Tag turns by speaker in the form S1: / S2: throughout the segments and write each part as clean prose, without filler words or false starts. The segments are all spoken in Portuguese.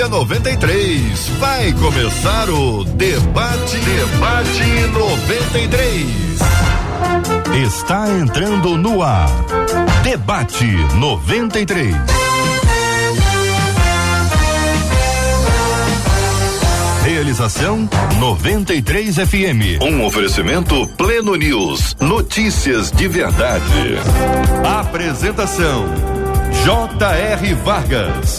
S1: Família 93. Vai começar o Debate 93. Está entrando no ar. Debate 93. Realização 93 FM. Um oferecimento Pleno News. Notícias de verdade. Apresentação J.R. Vargas.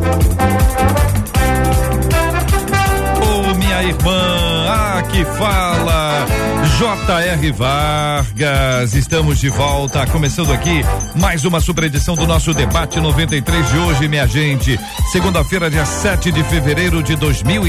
S2: Ô, minha irmã, que fala J.R. Vargas. Estamos de volta, começando aqui mais uma super edição do nosso Debate 93 de hoje, minha gente. Segunda-feira, dia 7 de fevereiro de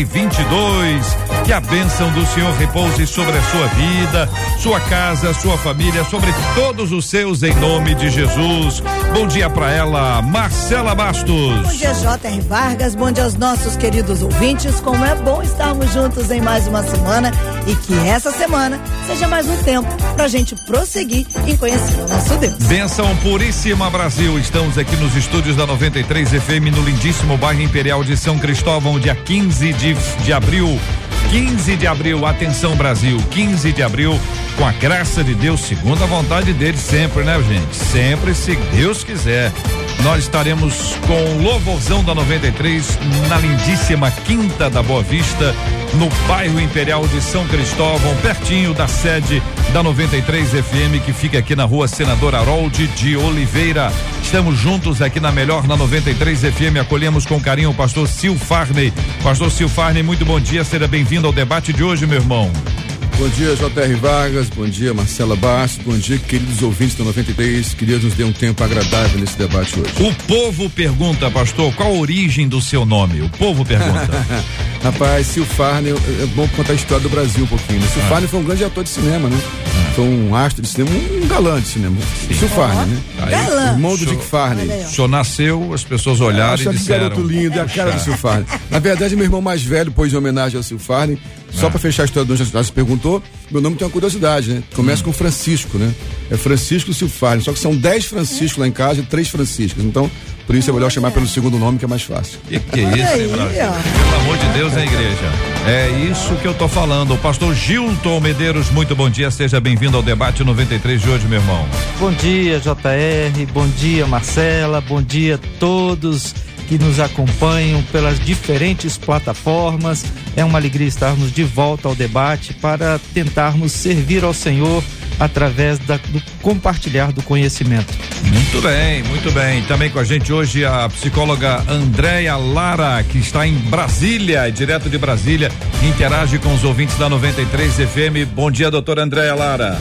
S2: 2022. Que a bênção do Senhor repouse sobre a sua vida, sua casa, sua família, sobre todos os seus, em nome de Jesus. Bom dia pra ela, Marcela Bastos.
S3: Bom dia, J.R. Vargas. Bom dia aos nossos queridos ouvintes. Como é bom estarmos juntos em mais uma semana e que essa semana seja mais um tempo pra gente prosseguir em conhecer o nosso Deus.
S2: Bênção puríssima, Brasil. Estamos aqui nos estúdios da 93 FM no lindíssimo bairro Imperial de São Cristóvão, dia 15 de abril. 15 de abril, atenção Brasil, 15 de abril, com a graça de Deus, segundo a vontade dele sempre, né, gente? Sempre, se Deus quiser. Nós estaremos com o louvorzão da 93 na lindíssima Quinta da Boa Vista, no bairro Imperial de São Cristóvão, pertinho da sede da 93 FM, que fica aqui na rua Senador Harold de Oliveira. Estamos juntos aqui na melhor, na 93 FM. Acolhemos com carinho o pastor Sil Farney. Pastor Sil Farney, muito bom dia, seja bem-vindo ao debate de hoje, meu irmão.
S4: Bom dia, J.R. Vargas, bom dia, Marcela Bastos, bom dia, queridos ouvintes da 93, que Deus nos dê um tempo agradável nesse debate hoje.
S2: O povo pergunta, pastor, qual a origem do seu nome? O povo pergunta.
S4: Rapaz, Sil Farney, é bom contar a história do Brasil um pouquinho, né? Sil Farney foi um grande ator de cinema, né? Foi um astro de cinema, um galã de cinema. Sil Farney, né?
S3: Galã.
S4: Irmão do Dick Farney.
S2: O senhor nasceu, as pessoas olharam e disseram.
S4: Que garoto lindo, é a cara do Sil Farney. Na verdade, meu irmão mais velho pôs em homenagem ao Sil Farney. Só pra fechar a história do já se perguntou, meu nome tem uma curiosidade, né? Começa com Francisco, né? É Francisco Sil Farney, só que são 10 Franciscos lá em casa e 3 Franciscos, então por isso é melhor chamar pelo segundo nome, que é mais fácil.
S2: Que é isso, hein, Brasil? Pelo amor de Deus, hein, igreja? É isso que eu tô falando. O pastor Gilton Medeiros, muito bom dia, seja bem-vindo ao debate 93 de hoje, meu irmão.
S5: Bom dia, J.R., bom dia, Marcela, bom dia a todos que nos acompanham pelas diferentes plataformas. É uma alegria estarmos de volta ao debate para tentarmos servir ao Senhor através do compartilhar do conhecimento.
S2: Muito bem, muito bem. Também com a gente hoje a psicóloga Andréia Lara, que está em Brasília, direto de Brasília, interage com os ouvintes da 93 FM. Bom dia, doutora Andréia Lara.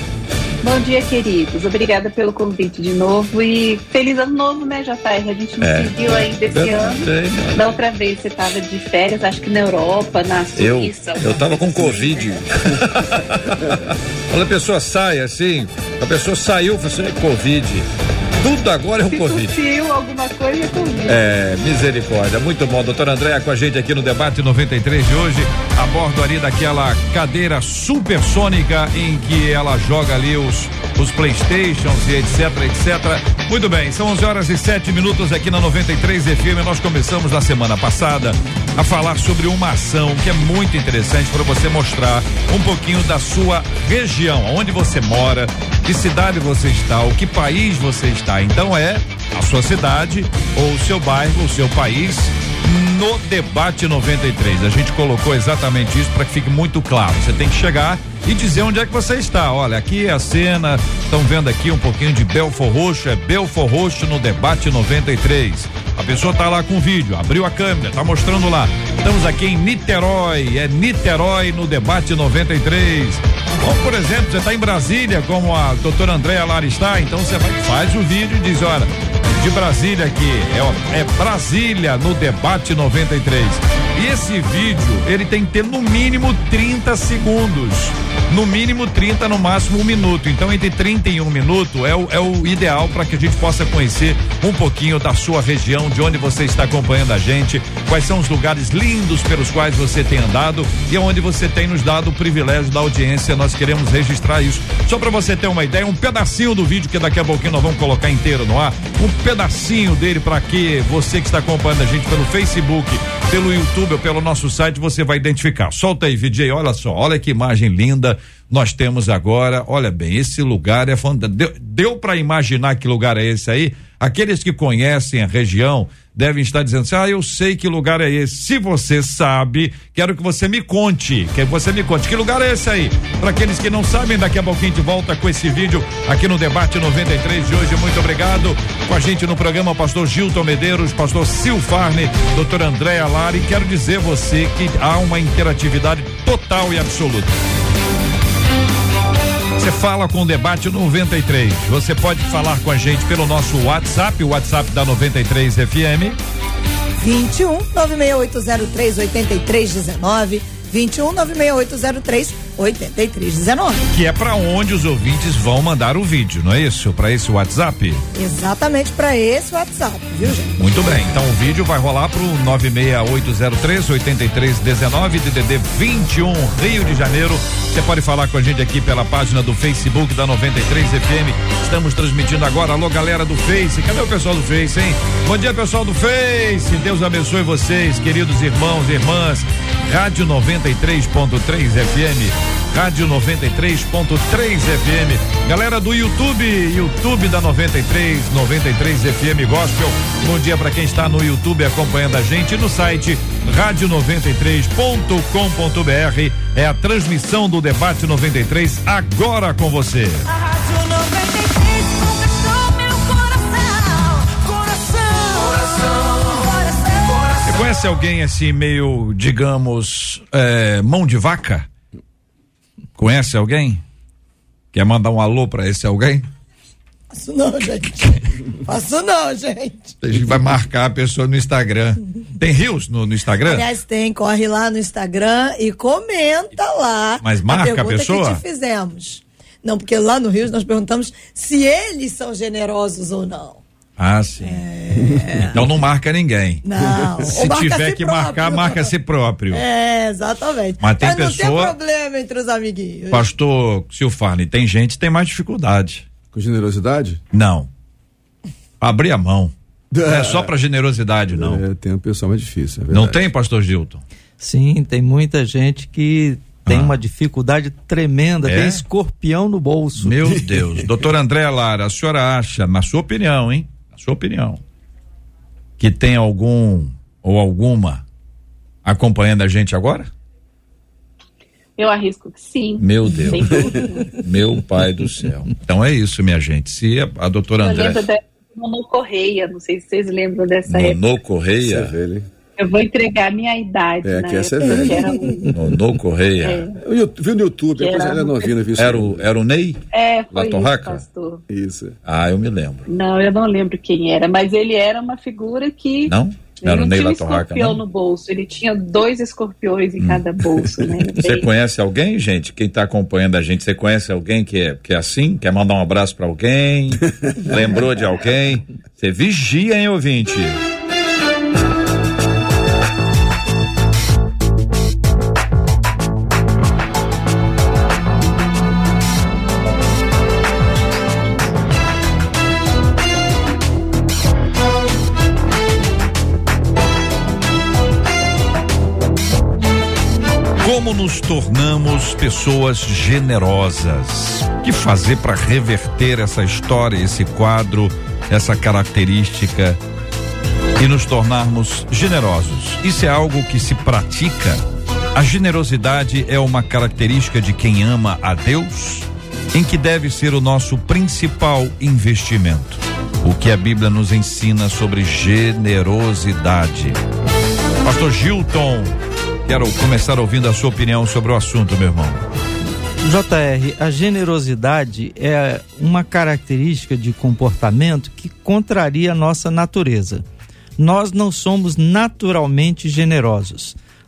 S6: Bom dia, queridos. Obrigada pelo convite de novo e feliz ano novo, né, JR? A gente não se viu aí desse ano. Da outra vez você estava de férias, acho que na Europa, na Suíça.
S2: Eu tava com Covid. Quando a pessoa sai assim, a pessoa saiu, você é Covid. Tudo agora é um Covid.
S6: Se alguma coisa é Covid.
S2: É, misericórdia. Muito bom. Doutora Andréia com a gente aqui no debate 93 de hoje, a bordo ali daquela cadeira supersônica em que ela joga ali os Playstations e etc. Muito bem, são 11h07 aqui na 93 FM. Nós começamos na semana passada a falar sobre uma ação que é muito interessante para você mostrar um pouquinho da sua região, onde você mora, que cidade você está, o que país você está. Então é a sua cidade ou o seu bairro, o seu país no debate 93. A gente colocou exatamente isso para que fique muito claro. Você tem que chegar e dizer onde é que você está. Olha, aqui é a cena, estão vendo aqui um pouquinho de Belfor Roxo, é Belfor Roxo no debate 93. A pessoa tá lá com o vídeo, abriu a câmera, tá mostrando lá. Estamos aqui em Niterói, é Niterói no debate 93. Ou, por exemplo, você está em Brasília, como a doutora Andréia Lara está, então você faz o vídeo e diz, olha, de Brasília aqui, é Brasília no debate 93. E esse vídeo, ele tem que ter no mínimo 30 segundos. No mínimo 30, no máximo 1 minuto. Então, entre 30 e 1 minuto é o ideal para que a gente possa conhecer um pouquinho da sua região, de onde você está acompanhando a gente, quais são os lugares lindos pelos quais você tem andado e onde você tem nos dado o privilégio da audiência. Nós queremos registrar isso. Só para você ter uma ideia, um pedacinho do vídeo que daqui a pouquinho nós vamos colocar inteiro no ar, um pedacinho dele para que você que está acompanhando a gente pelo Facebook, pelo YouTube ou pelo nosso site, você vai identificar. Solta aí, VJ, olha só, olha que imagem linda nós temos agora. Olha bem, esse lugar é fantástico. Deu para imaginar que lugar é esse aí? Aqueles que conhecem a região devem estar dizendo assim: eu sei que lugar é esse. Se você sabe, quero que você me conte, que lugar é esse aí? Para aqueles que não sabem, daqui a pouquinho a gente volta com esse vídeo aqui no Debate 93 de hoje. Muito obrigado. Com a gente no programa, pastor Gilton Medeiros, pastor Sil Farney, doutora Andréa Lara, e quero dizer a você que há uma interatividade total e absoluta. Você fala com o Debate 93. Você pode falar com a gente pelo nosso WhatsApp, o WhatsApp da 93 FM.
S3: 21 96803 8319. 21 96803 8319.
S2: Que é para onde os ouvintes vão mandar o vídeo, não é isso? Para esse WhatsApp?
S3: Exatamente, para esse WhatsApp, viu, gente?
S2: Muito bem, então o vídeo vai rolar pro 96803 8319, DDD 21, Rio de Janeiro. Você pode falar com a gente aqui pela página do Facebook da 93 FM. Estamos transmitindo agora. Alô, galera do Face. Cadê o pessoal do Face, hein? Bom dia, pessoal do Face. Deus abençoe vocês, queridos irmãos e irmãs. Rádio 93.3 FM. Rádio 93.3 FM. Galera do YouTube da 93 FM Gospel. Bom dia para quem está no YouTube acompanhando a gente no site radio93.com.br. É a transmissão do Debate 93 agora com você.
S7: A Rádio 93 conquistou meu coração.
S2: Você conhece alguém assim meio, digamos, mão de vaca? Conhece alguém? Quer mandar um alô pra esse alguém?
S3: Faço não, gente.
S2: A gente vai marcar a pessoa no Instagram. Tem rios no Instagram?
S3: Aliás, tem, corre lá no Instagram e comenta lá.
S2: Mas marca a pessoa?
S3: Que te fizemos. Não, porque lá no Rios nós perguntamos se eles são generosos ou não.
S2: Ah, sim. Então não marca ninguém.
S3: Não.
S2: Se tiver que marcar, marca a si próprio.
S3: Exatamente.
S2: Mas tem
S3: não
S2: pessoa...
S3: tem problema entre os amiguinhos.
S2: Pastor Sil Farney, tem gente que tem mais dificuldade.
S4: Com generosidade?
S2: Não. Abrir a mão. Não é só pra generosidade, não.
S4: Tem um pessoal mais difícil, é
S2: não tem, pastor Gilton?
S5: Sim, tem muita gente que tem uma dificuldade tremenda, tem escorpião no bolso.
S2: Meu Deus. Doutora Andréa Lara, a senhora acha, na sua opinião, hein? Na sua opinião, que tem algum ou alguma acompanhando a gente agora?
S6: Eu arrisco que sim.
S2: Meu Deus. Meu pai do céu. Então é isso, minha gente. Se a doutora Andréa...
S6: Eu lembro da Nonô Correia, não sei se vocês lembram dessa época.
S2: Nonô Correia?
S6: Eu vou entregar a minha idade.
S4: Que essa é velha.
S2: Nonô Correia.
S4: Eu vi no YouTube, depois ela é novinha.
S2: Era o Ney?
S6: Foi
S2: Latorraca?
S6: isso, pastor.
S4: Isso.
S2: Ah, eu me lembro.
S6: Não, eu não lembro quem era, mas ele era uma figura que...
S2: Não? Era o Ney Latorraca,
S6: escorpião no bolso, ele tinha 2 escorpiões em cada bolso, né?
S2: Você conhece alguém, gente? Quem está acompanhando a gente, você conhece alguém que é assim? Quer mandar um abraço para alguém? Lembrou de alguém? Você vigia, hein, ouvinte? Como nos tornamos pessoas generosas? O que fazer para reverter essa história, esse quadro, essa característica e nos tornarmos generosos? Isso é algo que se pratica? A generosidade é uma característica de quem ama a Deus? Em que deve ser o nosso principal investimento? O que a Bíblia nos ensina sobre generosidade? Pastor Gilton, quero começar ouvindo a sua opinião sobre o assunto, meu irmão.
S5: JR, a generosidade é uma característica de comportamento que contraria a nossa natureza. Nós não somos naturalmente generosos.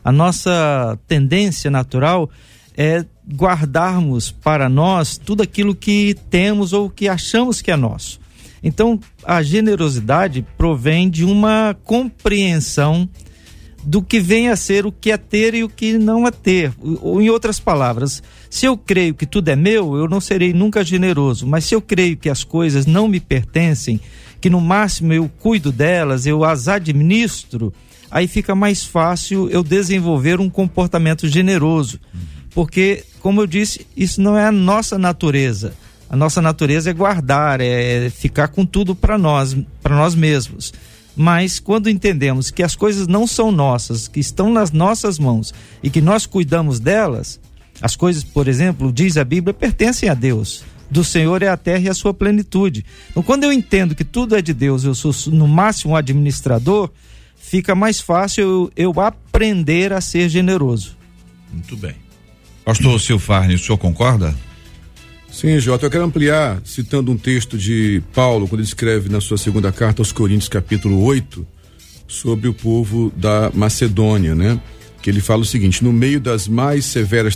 S5: A nossa tendência natural é guardarmos para nós tudo aquilo que temos ou que achamos que é nosso. Então, a generosidade provém de uma compreensão do que vem a ser o que é ter e o que não é ter. Ou, em outras palavras, se eu creio que tudo é meu, eu não serei nunca generoso. Mas se eu creio que as coisas não me pertencem, que no máximo eu cuido delas, eu as administro, aí fica mais fácil eu desenvolver um comportamento generoso. Porque, como eu disse, isso não é a nossa natureza. A nossa natureza é guardar, é ficar com tudo para nós mesmos. Mas quando entendemos que as coisas não são nossas, que estão nas nossas mãos e que nós cuidamos delas, as coisas, por exemplo, diz a Bíblia, pertencem a Deus. Do Senhor é a terra e a sua plenitude. Então, quando eu entendo que tudo é de Deus, eu sou no máximo um administrador, fica mais fácil eu aprender a ser generoso.
S2: Muito bem. Pastor Silfarni, o senhor concorda?
S4: Sim, Jota, eu quero ampliar citando um texto de Paulo, quando ele escreve na sua segunda carta aos Coríntios, capítulo 8, sobre o povo da Macedônia, né? Que ele fala o seguinte: no meio da mais severa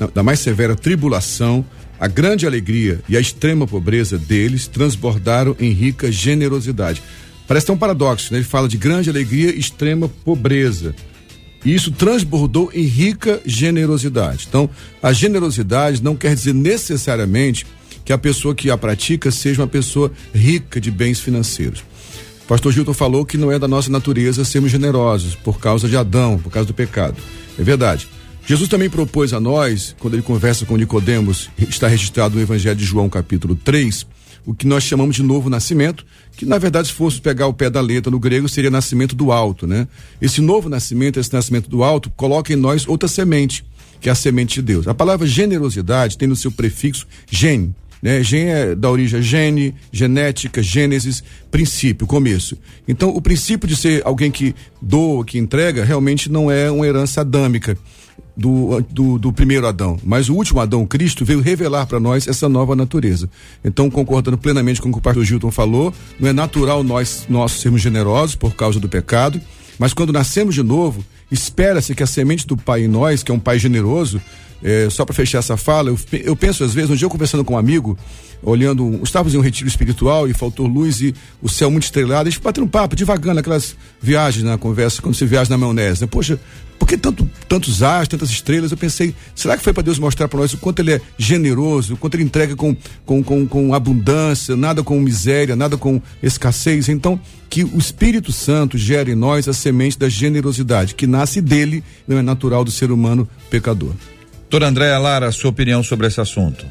S4: tribulação, a grande alegria e a extrema pobreza deles transbordaram em rica generosidade. Parece ter um paradoxo, né? Ele fala de grande alegria e extrema pobreza. E isso transbordou em rica generosidade. Então, a generosidade não quer dizer necessariamente que a pessoa que a pratica seja uma pessoa rica de bens financeiros. O pastor Gilton falou que não é da nossa natureza sermos generosos por causa de Adão, por causa do pecado. É verdade. Jesus também propôs a nós, quando ele conversa com Nicodemos, está registrado no Evangelho de João, capítulo 3, o que nós chamamos de novo nascimento, que na verdade, se fosse pegar o pé da letra no grego, seria nascimento do alto, né? Esse novo nascimento, esse nascimento do alto, coloca em nós outra semente, que é a semente de Deus. A palavra generosidade tem no seu prefixo gen, né? Gen é da origem gene, genética, gênesis, princípio, começo. Então, o princípio de ser alguém que doa, que entrega, realmente não é uma herança adâmica do primeiro Adão, mas o último Adão, Cristo, veio revelar para nós essa nova natureza. Então, concordando plenamente com o que o pastor Gilton falou, não é natural nós sermos generosos por causa do pecado, mas quando nascemos de novo, espera-se que a semente do Pai em nós, que é um Pai generoso, só para fechar essa fala, eu penso às vezes, um dia eu conversando com um amigo, estávamos em um retiro espiritual e faltou luz e o céu muito estrelado, a gente batendo um papo, devagando aquelas viagens na conversa, quando você viaja na maionese, né? Poxa, por que tantos astros, tantas estrelas? Eu pensei, será que foi para Deus mostrar para nós o quanto ele é generoso, o quanto ele entrega com abundância, nada com miséria, nada com escassez? Então, que o Espírito Santo gere em nós a semente da generosidade, que nasce dele, não é natural do ser humano pecador.
S2: Doutora Andréa Lara, sua opinião sobre esse assunto?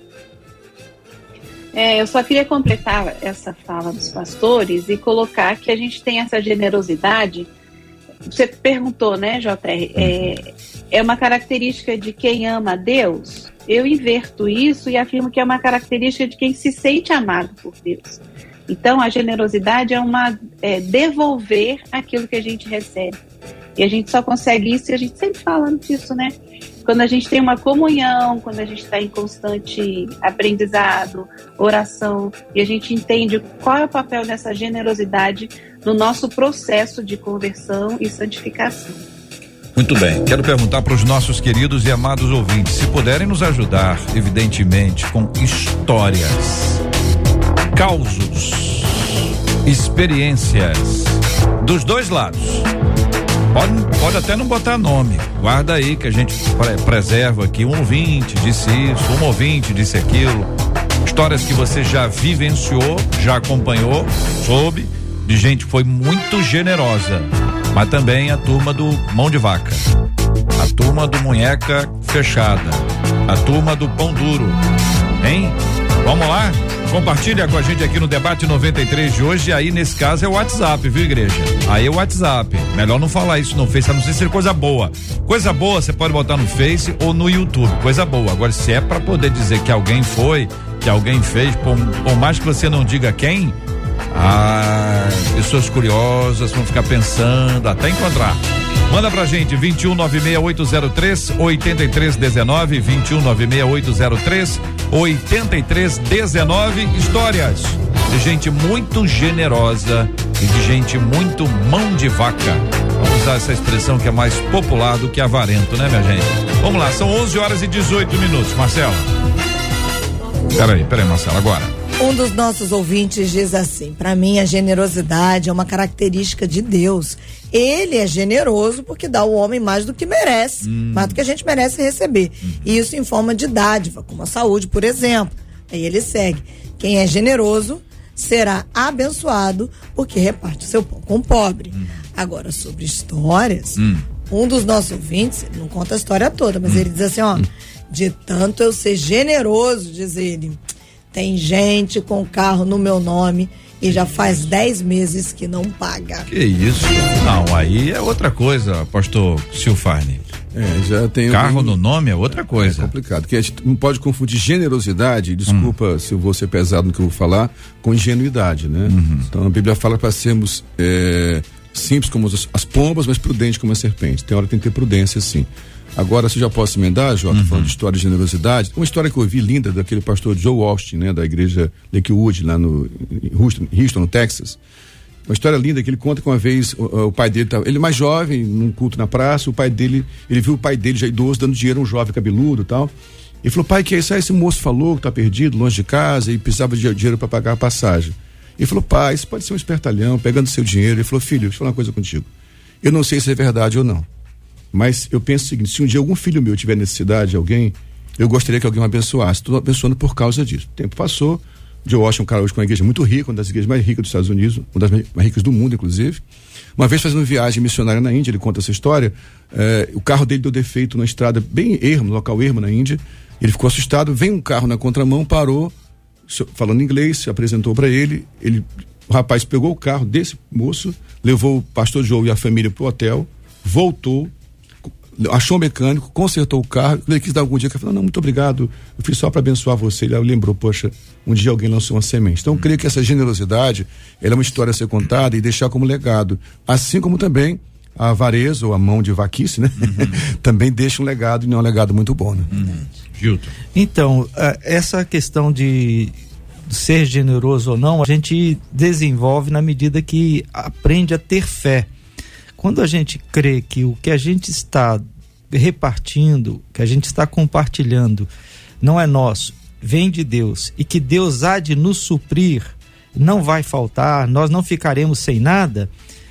S6: Eu só queria completar essa fala dos pastores e colocar que a gente tem essa generosidade. Você perguntou, né, JR? É uma característica de quem ama a Deus? Eu inverto isso e afirmo que é uma característica de quem se sente amado por Deus. Então, a generosidade é devolver aquilo que a gente recebe. E a gente só consegue isso, e a gente sempre fala disso, né? Quando a gente tem uma comunhão, quando a gente está em constante aprendizado, oração, e a gente entende qual é o papel dessa generosidade no nosso processo de conversão e santificação.
S2: Muito bem, quero perguntar para os nossos queridos e amados ouvintes, se puderem nos ajudar, evidentemente, com histórias, causos, experiências dos dois lados. Pode até não botar nome, guarda aí que a gente preserva aqui. Um ouvinte disse isso, um ouvinte disse aquilo. Histórias que você já vivenciou, já acompanhou, soube de gente que foi muito generosa, mas também a turma do mão de vaca, a turma do munheca fechada, a turma do pão duro, hein? Vamos lá? Compartilha com a gente aqui no Debate 93 de hoje. E aí, nesse caso, é o WhatsApp, viu, igreja? Aí é o WhatsApp. Melhor não falar isso no Face, a não ser ser coisa boa. Coisa boa você pode botar no Face ou no YouTube. Coisa boa. Agora, se é pra poder dizer que alguém foi, que alguém fez, por mais que você não diga quem, pessoas curiosas vão ficar pensando até encontrar. Manda pra gente 2196-803-8319, 2196-803-8319. Histórias de gente muito generosa e de gente muito mão de vaca. Vamos usar essa expressão que é mais popular do que avarento, né, minha gente? Vamos lá, são 11h18, Marcela. Peraí, Marcela, agora.
S3: Um dos nossos ouvintes diz assim: para mim a generosidade é uma característica de Deus. Ele é generoso porque dá ao homem mais do que merece, mais do que a gente merece receber. E isso em forma de dádiva, como a saúde, por exemplo. Aí ele segue: quem é generoso será abençoado porque reparte o seu pão com o pobre. Agora, sobre histórias, um dos nossos ouvintes, ele não conta a história toda, mas ele diz assim, ó, de tanto eu ser generoso, diz ele, tem gente com carro no meu nome e já faz 10 meses que não paga.
S2: Que isso? Não, aí é outra coisa, pastor Silfarni.
S4: Já tem
S2: carro no nome é outra coisa.
S4: É complicado, porque a gente não pode confundir generosidade, desculpa se eu vou ser pesado no que eu vou falar, com ingenuidade, né? Então a Bíblia fala para sermos simples como as pombas, mas prudentes como a serpente. Tem hora que tem que ter prudência, sim. Agora, se eu já posso emendar, Jota, falando de história de generosidade, uma história que eu ouvi linda daquele pastor Joe Austin, né, da igreja Lakewood, lá no Houston, no Texas. Uma história linda que ele conta que uma vez o pai dele ele mais jovem, num culto na praça, o pai dele, ele viu o pai dele já idoso dando dinheiro a um jovem cabeludo e tal. Ele falou: pai, que é isso? Esse moço falou que tá perdido, longe de casa e precisava de dinheiro para pagar a passagem. Ele falou: pai, isso pode ser um espertalhão pegando seu dinheiro. Ele falou: filho, deixa eu falar uma coisa contigo. Eu não sei se é verdade ou não, mas eu penso o seguinte: se um dia algum filho meu tiver necessidade de alguém, eu gostaria que alguém o abençoasse. Estou abençoando por causa disso. O tempo passou. Joe Austin é um cara hoje com uma igreja muito rica, uma das igrejas mais ricas dos Estados Unidos, uma das mais ricas do mundo, inclusive. Uma vez fazendo viagem missionária na Índia, ele conta essa história, o carro dele deu defeito numa estrada bem ermo, no local ermo na Índia. Ele ficou assustado, vem um carro na contramão, parou, falando inglês, se apresentou para ele, o rapaz pegou o carro desse moço, levou o pastor Joe e a família pro hotel, voltou, achou um mecânico, consertou o carro, ele quis dar algum dia, ele falou: não, muito obrigado, eu fiz só para abençoar você. Ele lembrou: poxa, um dia alguém lançou uma semente. Então eu creio que essa generosidade, ela é uma história a ser contada e deixar como legado, assim como também a avareza ou a mão de vaquice, né? Também deixa um legado, e não é um legado muito bom, né?
S2: Gilton.
S5: Então, essa questão de ser generoso ou não, a gente desenvolve na medida que aprende a ter fé. Quando a gente crê que o que a gente está repartindo, que a gente está compartilhando, não é nosso, vem de Deus, e que Deus há de nos suprir, não vai faltar, nós não ficaremos sem nada,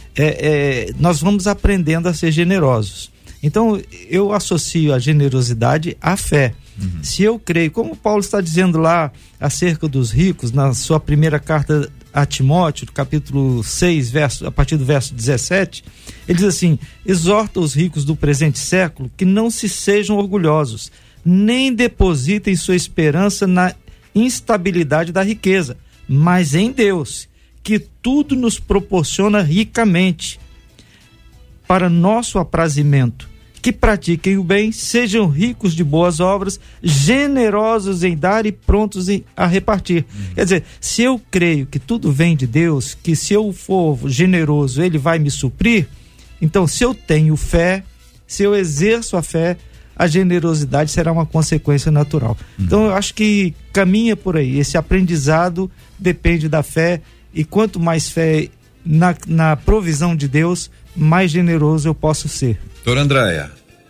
S5: nós vamos aprendendo a ser generosos. Então, eu associo a generosidade à fé. Se eu creio, como Paulo está dizendo lá acerca dos ricos, na sua primeira carta a Timóteo, capítulo 6, a partir do verso 17, ele diz assim: exorta os ricos do presente século que não se sejam orgulhosos, nem depositem sua esperança na instabilidade da riqueza, mas em Deus, que tudo nos proporciona ricamente para nosso aprazimento, que pratiquem o bem, sejam ricos de boas obras, generosos em dar e prontos a repartir. Quer dizer, se eu creio que tudo vem de Deus, que se eu for generoso, Ele vai me suprir, então se eu tenho fé, se eu exerço a fé, a generosidade será uma consequência natural. Então eu acho que caminha por aí, esse aprendizado depende da fé, e quanto mais fé na provisão de Deus, mais generoso eu posso ser.
S2: Doutora Andréia.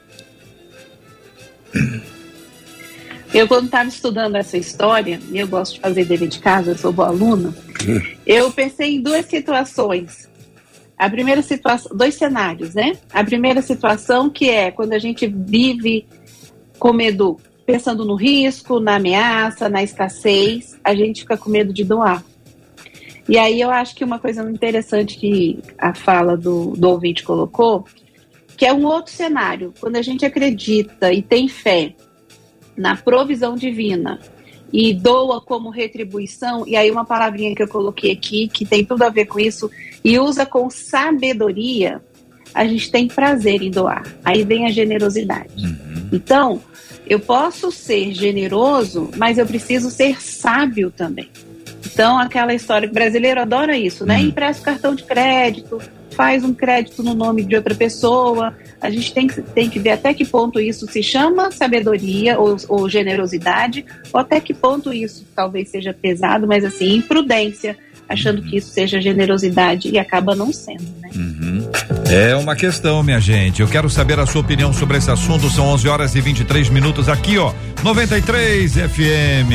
S6: Eu, quando estava estudando essa história, e eu gosto de fazer dever de casa, eu sou boa aluna, eu pensei em duas situações. A primeira situação, 2 cenários, né? A primeira situação, que é quando a gente vive com medo, pensando no risco, na ameaça, na escassez, a gente fica com medo de doar. E aí eu acho que uma coisa interessante que a fala do ouvinte colocou, que é um outro cenário, quando a gente acredita e tem fé na provisão divina e doa como retribuição, e aí uma palavrinha que eu coloquei aqui, que tem tudo a ver com isso, e usa com sabedoria, a gente tem prazer em doar. Aí vem a generosidade. Então, eu posso ser generoso, mas eu preciso ser sábio também. Então, aquela história que o brasileiro adora isso, né? Empresta o cartão de crédito, faz um crédito no nome de outra pessoa. A gente tem que ver até que ponto isso se chama sabedoria ou generosidade, ou até que ponto isso talvez seja pesado, mas assim, imprudência, achando que isso seja generosidade, e acaba não sendo, né?
S2: É uma questão, minha gente. Eu quero saber a sua opinião sobre esse assunto. São 11h23 aqui, ó. 93 FM.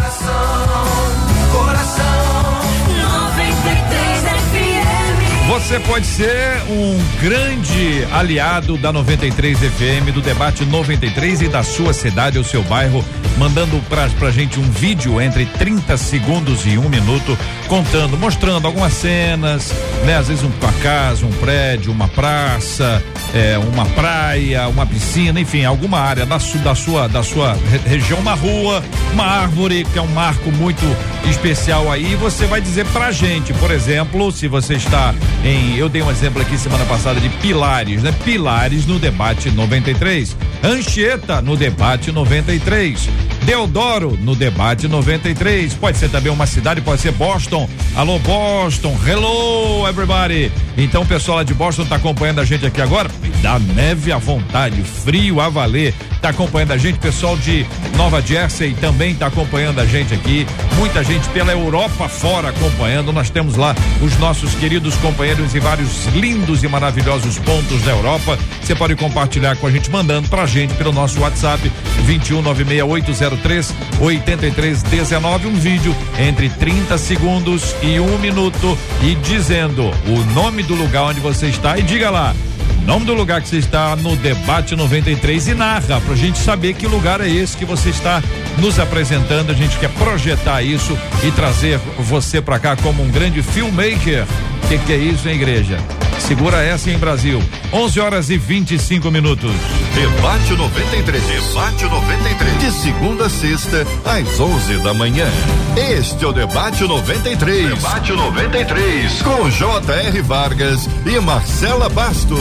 S7: Coração 93 FM.
S2: Você pode ser um grande aliado da 93 FM, do debate 93 e da sua cidade ou seu bairro, mandando pra gente um vídeo entre 30 segundos e 1 minuto, contando, mostrando algumas cenas, né? Às vezes uma casa, um prédio, uma praça, uma praia, uma piscina, enfim, alguma área da sua região, uma rua, uma árvore, que é um marco muito especial aí. Você vai dizer pra gente, por exemplo, se você está eu dei um exemplo aqui semana passada de Pilares, né? Pilares no debate 93, Anchieta no debate 93, Deodoro no debate 93, pode ser também uma cidade, pode ser Boston. Alô Boston, hello everybody. Então o pessoal lá de Boston tá acompanhando a gente aqui agora, dá neve à vontade, frio a valer, tá acompanhando a gente. Pessoal de Nova Jersey também tá acompanhando a gente aqui, muita gente pela Europa fora acompanhando. Nós temos lá os nossos queridos companheiros em vários lindos e maravilhosos pontos da Europa. Você pode compartilhar com a gente, mandando pra gente pelo nosso WhatsApp 21968038319, um vídeo entre 30 segundos e 1 minuto e dizendo o nome do lugar onde você está e diga lá o nome do lugar que você está no debate 93 e narra pra gente saber que lugar é esse que você está nos apresentando. A gente quer projetar isso e trazer você pra cá como um grande filmmaker. O que é isso, hein, igreja? Segura essa em Brasil. 11h25.
S1: Debate 93. Debate 93. De segunda a sexta, às 11 da manhã. Este é o Debate 93. Debate 93. Com J.R. Vargas e Marcela Bastos.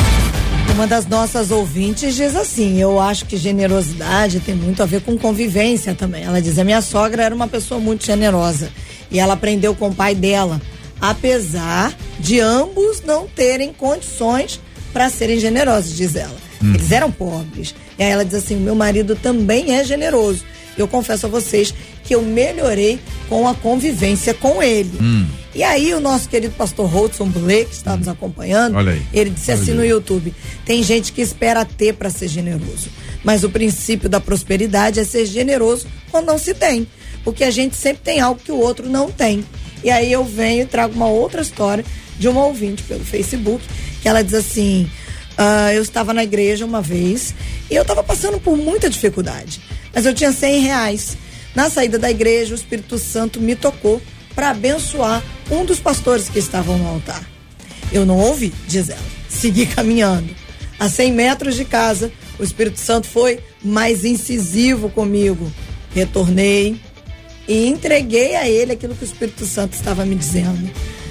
S3: Uma das nossas ouvintes diz assim: eu acho que generosidade tem muito a ver com convivência também. Ela diz: a minha sogra era uma pessoa muito generosa e ela aprendeu com o pai dela, apesar de ambos não terem condições para serem generosos, diz ela. Eles eram pobres. E aí ela diz assim: meu marido também é generoso. Eu confesso a vocês que eu melhorei com a convivência com ele. E aí o nosso querido pastor Rodson Blake, que está nos acompanhando, ele disse assim no YouTube: tem gente que espera ter para ser generoso, mas o princípio da prosperidade é ser generoso quando não se tem, porque a gente sempre tem algo que o outro não tem. E aí eu venho e trago uma outra história de uma ouvinte pelo Facebook, que ela diz assim: eu estava na igreja uma vez e eu estava passando por muita dificuldade, mas eu tinha R$100. Na saída da igreja, o Espírito Santo me tocou para abençoar um dos pastores que estavam no altar. Eu não ouvi, diz ela, segui caminhando. A 100 metros de casa, o Espírito Santo foi mais incisivo comigo. Retornei e entreguei a ele aquilo que o Espírito Santo estava me dizendo.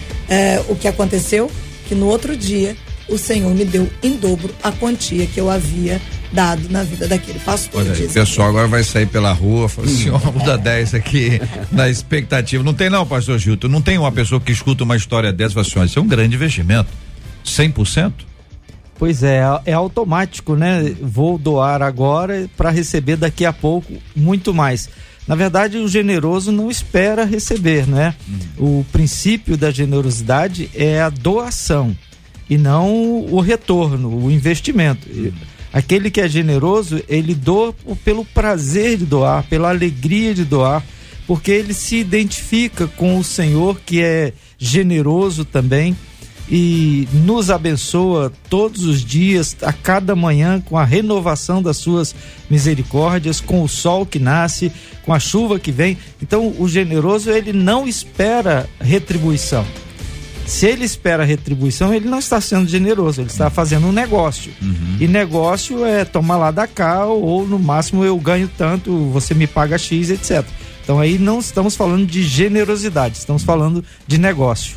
S3: O que aconteceu? Que no outro dia o Senhor me deu em dobro a quantia que eu havia dado na vida daquele pastor.
S2: Olha aí, o pessoal agora vai sair pela rua, fala assim: ó, vou dar 10 aqui na expectativa. Não tem não, pastor Gilton, não tem uma pessoa que escuta uma história dessa e fala assim: ó, isso é um grande investimento, 100%?
S5: Pois é automático, né? Vou doar agora para receber daqui a pouco muito mais. Na verdade, o generoso não espera receber, né? O princípio da generosidade é a doação e não o retorno, o investimento. Aquele que é generoso, ele doa pelo prazer de doar, pela alegria de doar, porque ele se identifica com o Senhor, que é generoso também e nos abençoa todos os dias, a cada manhã, com a renovação das suas misericórdias, com o sol que nasce, com a chuva que vem. Então, o generoso, ele não espera retribuição. Se ele espera retribuição, ele não está sendo generoso, ele está fazendo um negócio. E negócio é tomar lá da cá, ou no máximo eu ganho tanto, você me paga X, etc. Então aí não estamos falando de generosidade, estamos falando de negócio.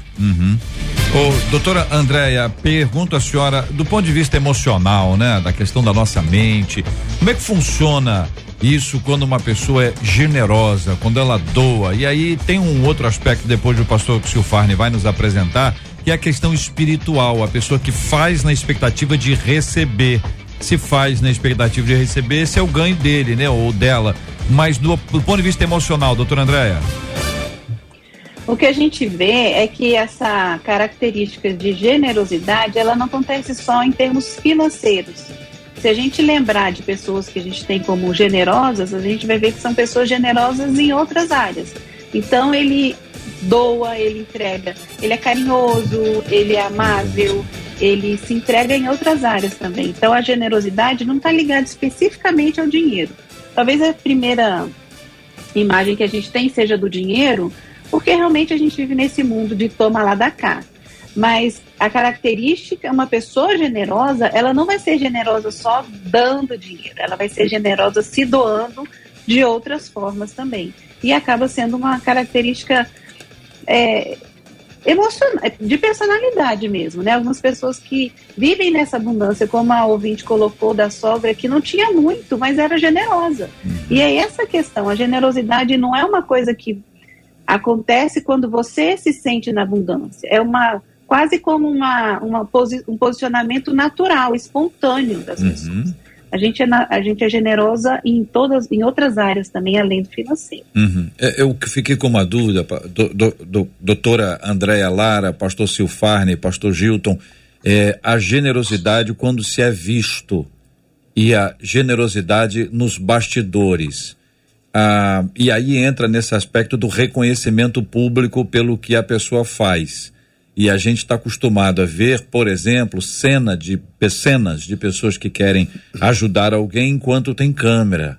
S2: Doutora Andréia, pergunto à senhora, do ponto de vista emocional, né, da questão da nossa mente, como é que funciona isso quando uma pessoa é generosa, quando ela doa? E aí tem um outro aspecto, depois o pastor Silfarne vai nos apresentar, que é a questão espiritual, a pessoa que faz na expectativa de receber. Se faz na expectativa de receber, esse é o ganho dele, né, ou dela. Mas do ponto de vista emocional, doutora Andréia?
S6: O que a gente vê é que essa característica de generosidade, ela não acontece só em termos financeiros. Se a gente lembrar de pessoas que a gente tem como generosas, a gente vai ver que são pessoas generosas em outras áreas. Então ele doa, ele entrega, ele é carinhoso, ele é amável, ele se entrega em outras áreas também. Então a generosidade não está ligada especificamente ao dinheiro. Talvez a primeira imagem que a gente tem seja do dinheiro, porque realmente a gente vive nesse mundo de toma lá da cá. Mas a característica, uma pessoa generosa, ela não vai ser generosa só dando dinheiro, ela vai ser generosa se doando de outras formas também. E acaba sendo uma característica emocional, de personalidade mesmo, né? Algumas pessoas que vivem nessa abundância, como a ouvinte colocou da sogra, que não tinha muito, mas era generosa. E é essa questão, a generosidade não é uma coisa que acontece quando você se sente na abundância, é quase como um posicionamento natural, espontâneo das pessoas. A gente é generosa em outras áreas também, além do financeiro.
S2: Eu fiquei com uma dúvida, doutora Andréia Lara, pastor Silfarne, pastor Gilton, a generosidade quando se é visto e a generosidade nos bastidores. E aí entra nesse aspecto do reconhecimento público pelo que a pessoa faz. E a gente está acostumado a ver, por exemplo, cenas de pessoas que querem ajudar alguém enquanto tem câmera,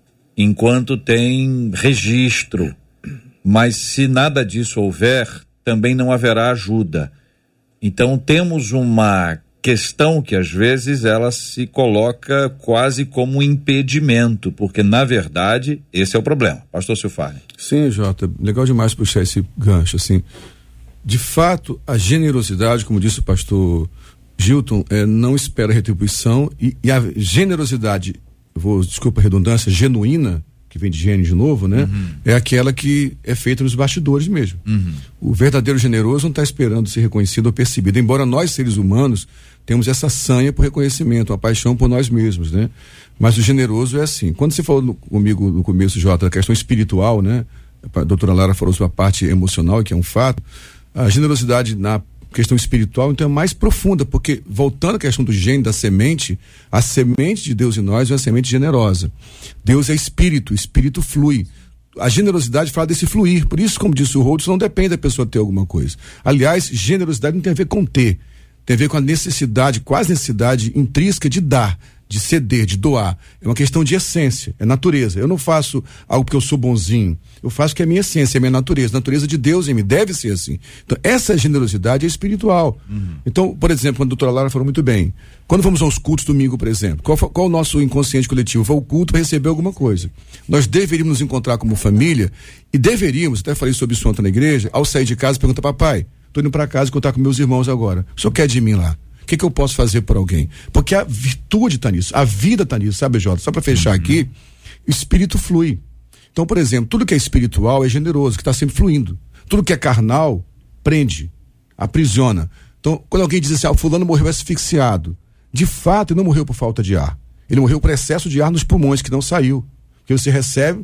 S2: enquanto tem registro. Mas se nada disso houver, também não haverá ajuda. Então temos uma questão que às vezes ela se coloca quase como um impedimento, porque na verdade esse é o problema. Pastor Silfarne.
S4: Sim, Jota, legal demais puxar esse gancho, assim. De fato, a generosidade, como disse o pastor Gilton, não espera retribuição e a generosidade, desculpa a redundância, genuína, que vem de gênio de novo, né? É aquela que é feita nos bastidores mesmo. O verdadeiro generoso não está esperando ser reconhecido ou percebido, embora nós, seres humanos, temos essa sanha por reconhecimento, uma paixão por nós mesmos, né? Mas o generoso é assim. Quando você falou comigo no começo, Jota, da questão espiritual, né? A doutora Lara falou sobre a parte emocional, que é um fato. A generosidade na questão espiritual, então, é mais profunda, porque, voltando à questão do gênio, da semente, a semente de Deus em nós é uma semente generosa. Deus é espírito, o espírito flui. A generosidade fala desse fluir, por isso, como disse o Rhodes, não depende da pessoa ter alguma coisa. Aliás, generosidade não tem a ver com ter, tem a ver com a necessidade, quase necessidade intrínseca de dar, de ceder, de doar. É uma questão de essência, é natureza. Eu não faço algo porque eu sou bonzinho, eu faço que é a minha essência, é a minha natureza. A natureza de Deus em mim deve ser assim. Então, essa generosidade é espiritual. Então, por exemplo, quando a doutora Lara falou muito bem, quando vamos aos cultos domingo, por exemplo, qual o nosso inconsciente coletivo? Foi o culto para receber alguma coisa. Nós deveríamos nos encontrar como família e deveríamos, até falei sobre isso ontem na igreja, ao sair de casa, perguntar: papai, estou indo para casa encontrar com meus irmãos agora, o senhor quer de mim lá? O que eu posso fazer por alguém? Porque a virtude está nisso, a vida está nisso, sabe, Jota? Só para fechar aqui, o espírito flui. Então, por exemplo, tudo que é espiritual é generoso, que está sempre fluindo. Tudo que é carnal, prende, aprisiona. Então, quando alguém diz assim, o fulano morreu asfixiado, de fato, ele não morreu por falta de ar. Ele morreu por excesso de ar nos pulmões, que não saiu. Que você recebe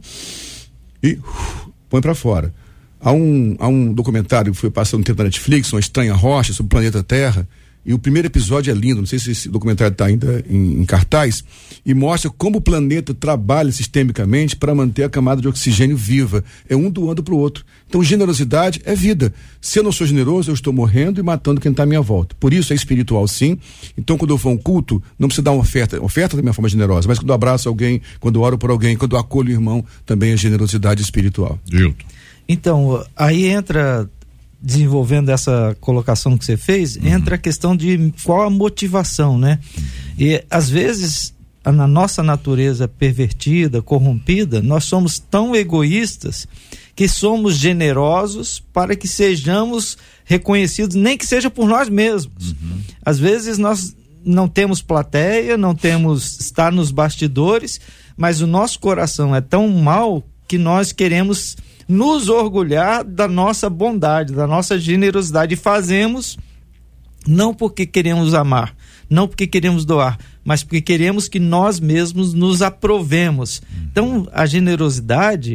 S4: e põe para fora. Há um documentário que foi passando no tempo da Netflix, Uma Estranha Rocha, sobre o planeta Terra. E o primeiro episódio é lindo, não sei se esse documentário está ainda em cartaz, e mostra como o planeta trabalha sistemicamente para manter a camada de oxigênio viva. É um doando para o outro. Então, generosidade é vida. Se eu não sou generoso, eu estou morrendo e matando quem está à minha volta. Por isso é espiritual, sim. Então, quando eu vou a um culto, não precisa dar uma oferta. Oferta também é uma forma generosa, mas quando eu abraço alguém, quando eu oro por alguém, quando eu acolho o irmão, também é generosidade espiritual.
S2: Gilton.
S5: Então, aí entra, desenvolvendo essa colocação que você fez, entra a questão de qual a motivação, né? E às vezes, na nossa natureza pervertida, corrompida, nós somos tão egoístas que somos generosos para que sejamos reconhecidos, nem que seja por nós mesmos. Às vezes nós não temos plateia, não temos estar nos bastidores, mas o nosso coração é tão mau que nós queremos nos orgulhar da nossa bondade, da nossa generosidade, e fazemos não porque queremos amar, não porque queremos doar, mas porque queremos que nós mesmos nos aprovemos. Então, a generosidade,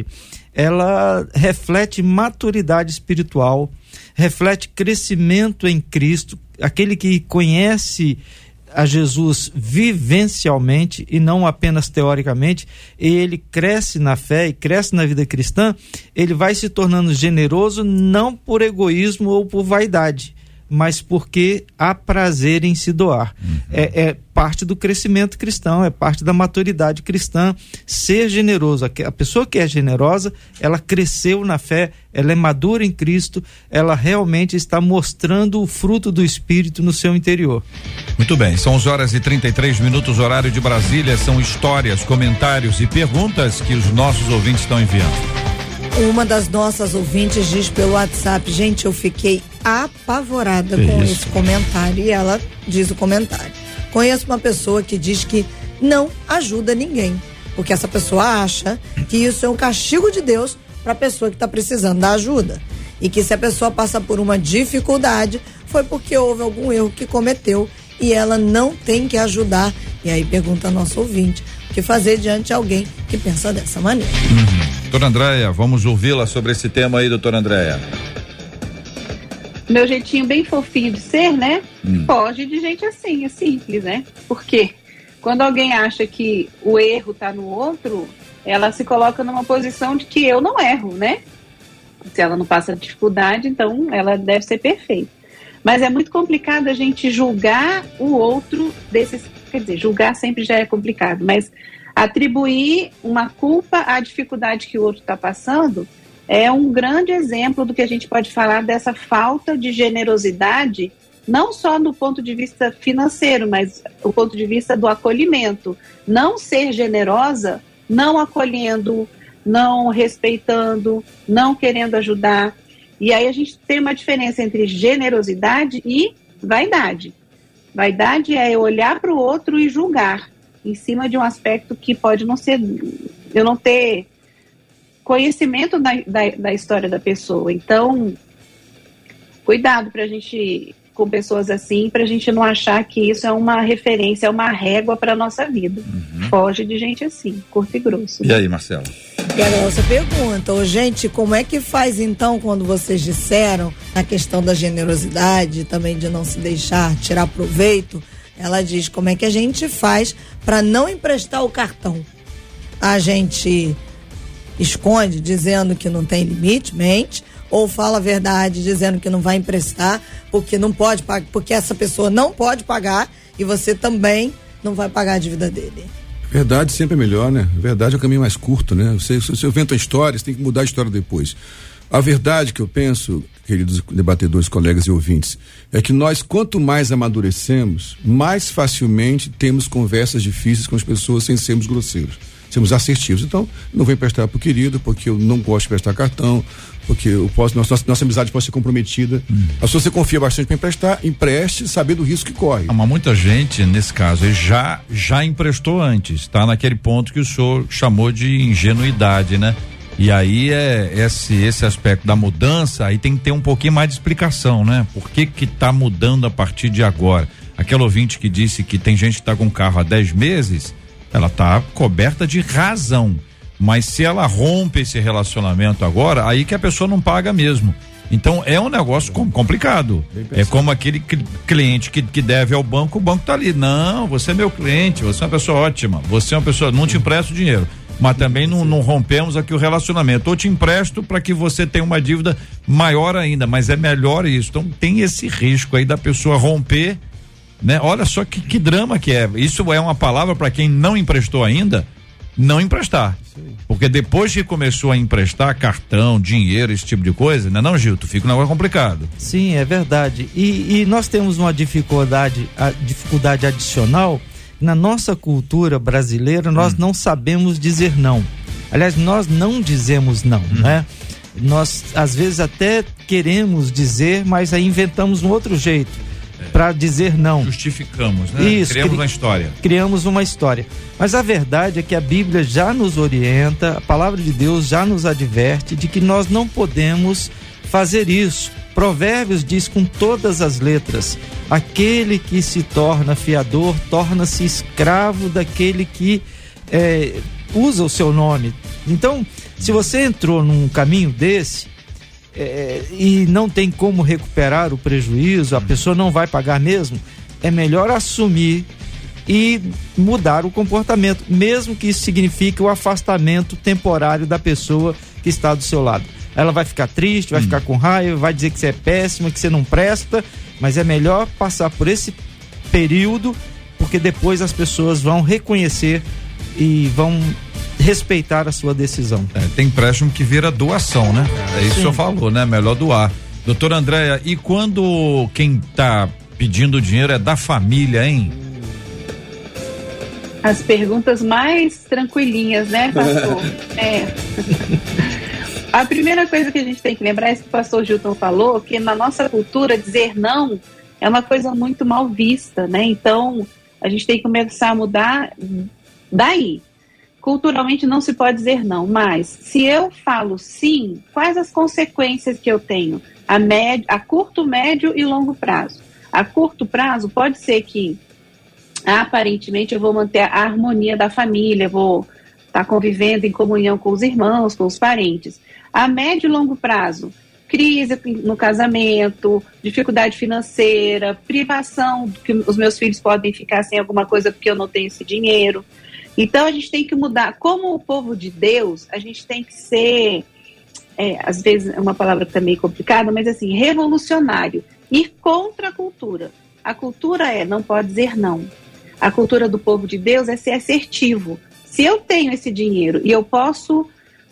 S5: ela reflete maturidade espiritual, reflete crescimento em Cristo. Aquele que conhece a Jesus vivencialmente e não apenas teoricamente, ele cresce na fé e cresce na vida cristã, ele vai se tornando generoso não por egoísmo ou por vaidade, mas porque há prazer em se doar. É parte do crescimento cristão, é parte da maturidade cristã, ser generoso. A pessoa que é generosa, ela cresceu na fé, ela é madura em Cristo, ela realmente está mostrando o fruto do Espírito no seu interior.
S2: Muito bem, são 11h33, horário de Brasília, são histórias, comentários e perguntas que os nossos ouvintes estão enviando.
S3: Uma das nossas ouvintes diz pelo WhatsApp: gente, eu fiquei apavorada com esse comentário. E ela diz o comentário: conheço uma pessoa que diz que não ajuda ninguém, porque essa pessoa acha que isso é um castigo de Deus para a pessoa que está precisando da ajuda, e que se a pessoa passa por uma dificuldade foi porque houve algum erro que cometeu e ela não tem que ajudar. E aí pergunta a nosso ouvinte: o que fazer diante de alguém que pensa dessa maneira?
S2: Doutora Andréia, vamos ouvi-la sobre esse tema aí, doutora Andréia.
S6: Meu jeitinho bem fofinho de ser, né? Foge de gente assim, é simples, né? Porque quando alguém acha que o erro tá no outro, ela se coloca numa posição de que eu não erro, né? Se ela não passa dificuldade, então ela deve ser perfeita. Mas é muito complicado a gente julgar o outro desses... Quer dizer, julgar sempre já é complicado, mas atribuir uma culpa à dificuldade que o outro está passando é um grande exemplo do que a gente pode falar dessa falta de generosidade, não só do ponto de vista financeiro, mas do ponto de vista do acolhimento. Não ser generosa, não acolhendo, não respeitando, não querendo ajudar. E aí a gente tem uma diferença entre generosidade e vaidade. Vaidade é olhar para o outro e julgar em cima de um aspecto que pode não ser, eu não ter conhecimento da história da pessoa. Então, cuidado pra gente, com pessoas assim, pra gente não achar que isso é uma referência, é uma régua pra nossa vida. Foge de gente assim, curto e grosso.
S2: E aí, Marcelo?
S3: E a nossa pergunta: gente, como é que faz então quando vocês disseram na questão da generosidade, também de não se deixar tirar proveito? Ela diz: como é que a gente faz para não emprestar o cartão? A gente esconde dizendo que não tem limite, mente, ou fala a verdade dizendo que não vai emprestar porque não pode pagar, porque essa pessoa não pode pagar e você também não vai pagar a dívida dele?
S4: Verdade sempre é melhor, né? Verdade é o caminho mais curto, né? Você inventa uma história, você tem que mudar a história depois. A verdade que eu penso, queridos debatedores, colegas e ouvintes, é que nós, quanto mais amadurecemos, mais facilmente temos conversas difíceis com as pessoas sem sermos grosseiros, sermos assertivos. Então, não vou emprestar pro querido, porque eu não gosto de prestar cartão, porque nossa amizade pode ser comprometida. A pessoa você confia bastante para emprestar, empreste, sabendo do risco que corre.
S2: Mas muita gente, nesse caso, já emprestou antes, tá? Naquele ponto que o senhor chamou de ingenuidade, né? E aí esse aspecto da mudança, aí tem que ter um pouquinho mais de explicação, né? Por que tá mudando a partir de agora? Aquela ouvinte que disse que tem gente que tá com carro há 10 meses, ela tá coberta de razão. Mas se ela rompe esse relacionamento agora, aí que a pessoa não paga mesmo. Então é um negócio complicado. É como aquele cliente que deve ao banco, o banco tá ali. Não, você é meu cliente, você é uma pessoa ótima, você é uma pessoa, não te empresto dinheiro. Mas também não rompemos aqui o relacionamento. Eu te empresto para que você tenha uma dívida maior ainda, mas é melhor isso. Então tem esse risco aí da pessoa romper, né? Olha só que drama que é. Isso é uma palavra para quem não emprestou ainda, não emprestar. Porque depois que começou a emprestar cartão, dinheiro, esse tipo de coisa, não, Gilto, fica um negócio complicado.
S5: Sim, é verdade. E nós temos uma dificuldade adicional. Na nossa cultura brasileira, nós não sabemos dizer não. Aliás, nós não dizemos não, né? Nós, às vezes, até queremos dizer, mas aí inventamos um outro jeito para dizer não.
S2: Justificamos, né?
S5: Isso,
S2: criamos uma história.
S5: Criamos uma história. Mas a verdade é que a Bíblia já nos orienta, a palavra de Deus já nos adverte de que nós não podemos fazer isso. Provérbios diz com todas as letras: aquele que se torna fiador torna-se escravo daquele que usa o seu nome. Então, se você entrou num caminho desse e não tem como recuperar o prejuízo, a pessoa não vai pagar mesmo, é melhor assumir e mudar o comportamento, mesmo que isso signifique o afastamento temporário da pessoa que está do seu lado. Ela vai ficar triste, vai ficar com raiva, vai dizer que você é péssima, que você não presta, mas é melhor passar por esse período, porque depois as pessoas vão reconhecer e vão respeitar a sua decisão.
S2: Tem empréstimo que vira doação, né? É isso que o senhor falou, né? Melhor doar. Doutora Andréia, e quando quem tá pedindo dinheiro é da família, hein?
S6: As perguntas mais tranquilinhas, né, pastor? A primeira coisa que a gente tem que lembrar é isso que o pastor Gilton falou, que na nossa cultura dizer não é uma coisa muito mal vista, né? Então, a gente tem que começar a mudar daí. Culturalmente não se pode dizer não, mas se eu falo sim, quais as consequências que eu tenho a curto, médio e longo prazo? A curto prazo pode ser que aparentemente eu vou manter a harmonia da família, vou estar convivendo em comunhão com os irmãos, com os parentes. A médio e longo prazo, crise no casamento, dificuldade financeira, privação, que os meus filhos podem ficar sem alguma coisa porque eu não tenho esse dinheiro. Então a gente tem que mudar. Como o povo de Deus, a gente tem que ser, às vezes é uma palavra também complicada, mas assim, revolucionário, ir contra a cultura. A cultura não pode dizer não. A cultura do povo de Deus é ser assertivo. Se eu tenho esse dinheiro e eu posso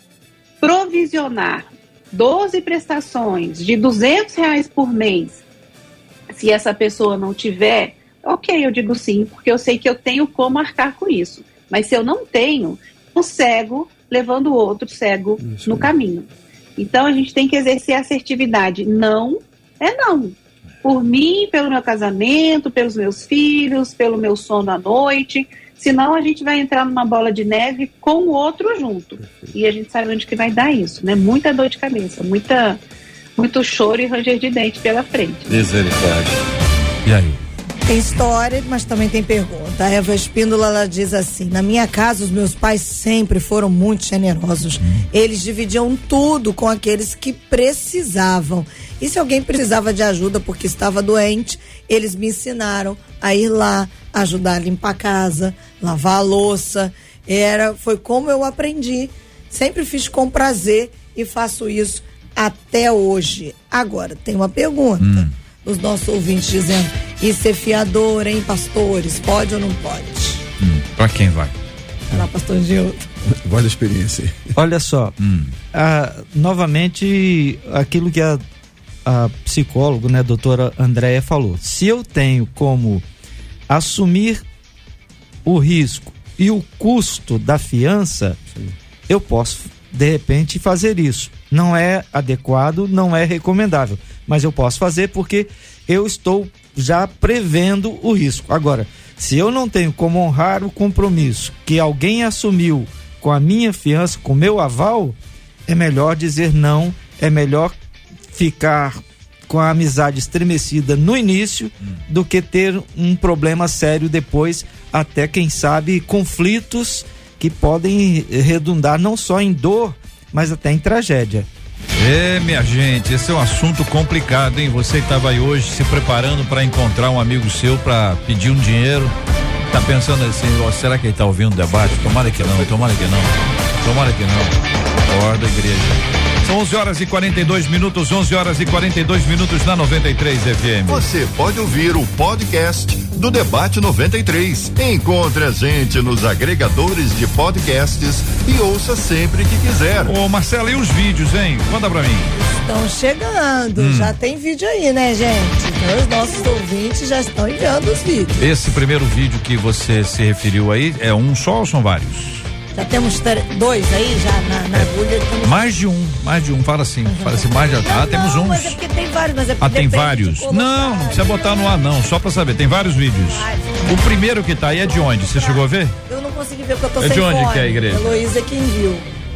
S6: provisionar 12 prestações de R$200 por mês, se essa pessoa não tiver, ok, eu digo sim, porque eu sei que eu tenho como arcar com isso. Mas se eu não tenho, um cego levando o outro cego no caminho. Então a gente tem que exercer a assertividade. Não é não. Por mim, pelo meu casamento, pelos meus filhos, pelo meu sono à noite. Senão a gente vai entrar numa bola de neve com o outro junto. E a gente sabe onde que vai dar isso, né? Muita dor de cabeça, muito choro e ranger de dente pela frente.
S2: Misericórdia. E aí?
S3: Tem história, mas também tem pergunta. A Eva Espíndola, ela diz assim: na minha casa, os meus pais sempre foram muito generosos. Eles dividiam tudo com aqueles que precisavam. E se alguém precisava de ajuda porque estava doente, eles me ensinaram a ir lá, ajudar a limpar a casa, lavar a louça. Foi como eu aprendi. Sempre fiz com prazer e faço isso até hoje. Agora, tem uma pergunta. Os nossos ouvintes dizendo: e ser fiador, hein, pastores? Pode ou não pode?
S2: Pra quem vai?
S3: Vai lá, pastor Gilton.
S4: Vale a experiência.
S5: Olha só, novamente, aquilo que a psicóloga, né, doutora Andréia falou. Se eu tenho como assumir o risco e o custo da fiança, eu posso, de repente, fazer isso. Não é adequado, não é recomendável, mas eu posso fazer porque eu estou já prevendo o risco. Agora, se eu não tenho como honrar o compromisso que alguém assumiu com a minha fiança, com o meu aval, é melhor dizer não, é melhor ficar com a amizade estremecida no início do que ter um problema sério depois, até quem sabe conflitos que podem redundar não só em dor, mas até em tragédia.
S2: Minha gente, esse é um assunto complicado, hein? Você estava aí hoje se preparando para encontrar um amigo seu para pedir um dinheiro, tá pensando assim, será que ele tá ouvindo o debate? Tomara que não, tomara que não, tomara que não. Acorda, igreja. São 11 horas e 42 minutos, 11 horas e 42 minutos na 93 FM.
S1: Você pode ouvir o podcast do Debate 93. Encontre a gente nos agregadores de podcasts e ouça sempre que quiser.
S2: Ô Marcelo, e os vídeos, hein? Manda pra mim.
S3: Estão chegando, já tem vídeo aí, né, gente? Então, os nossos ouvintes já estão enviando os vídeos.
S2: Esse primeiro vídeo que você se referiu aí é um só ou são vários?
S3: Já temos 2 aí, já na agulha.
S2: Mais de um, fala assim, mais de um. Temos uns.
S3: Mas é porque tem vários, mas é porque
S2: tem vários? Não precisa botar no ar não, só pra saber, tem vários vídeos. O primeiro que tá aí é de onde? Você chegou a ver?
S3: Eu não consegui ver porque eu tô sem
S2: fone. É de onde que é a igreja?
S3: A Heloísa que enviou.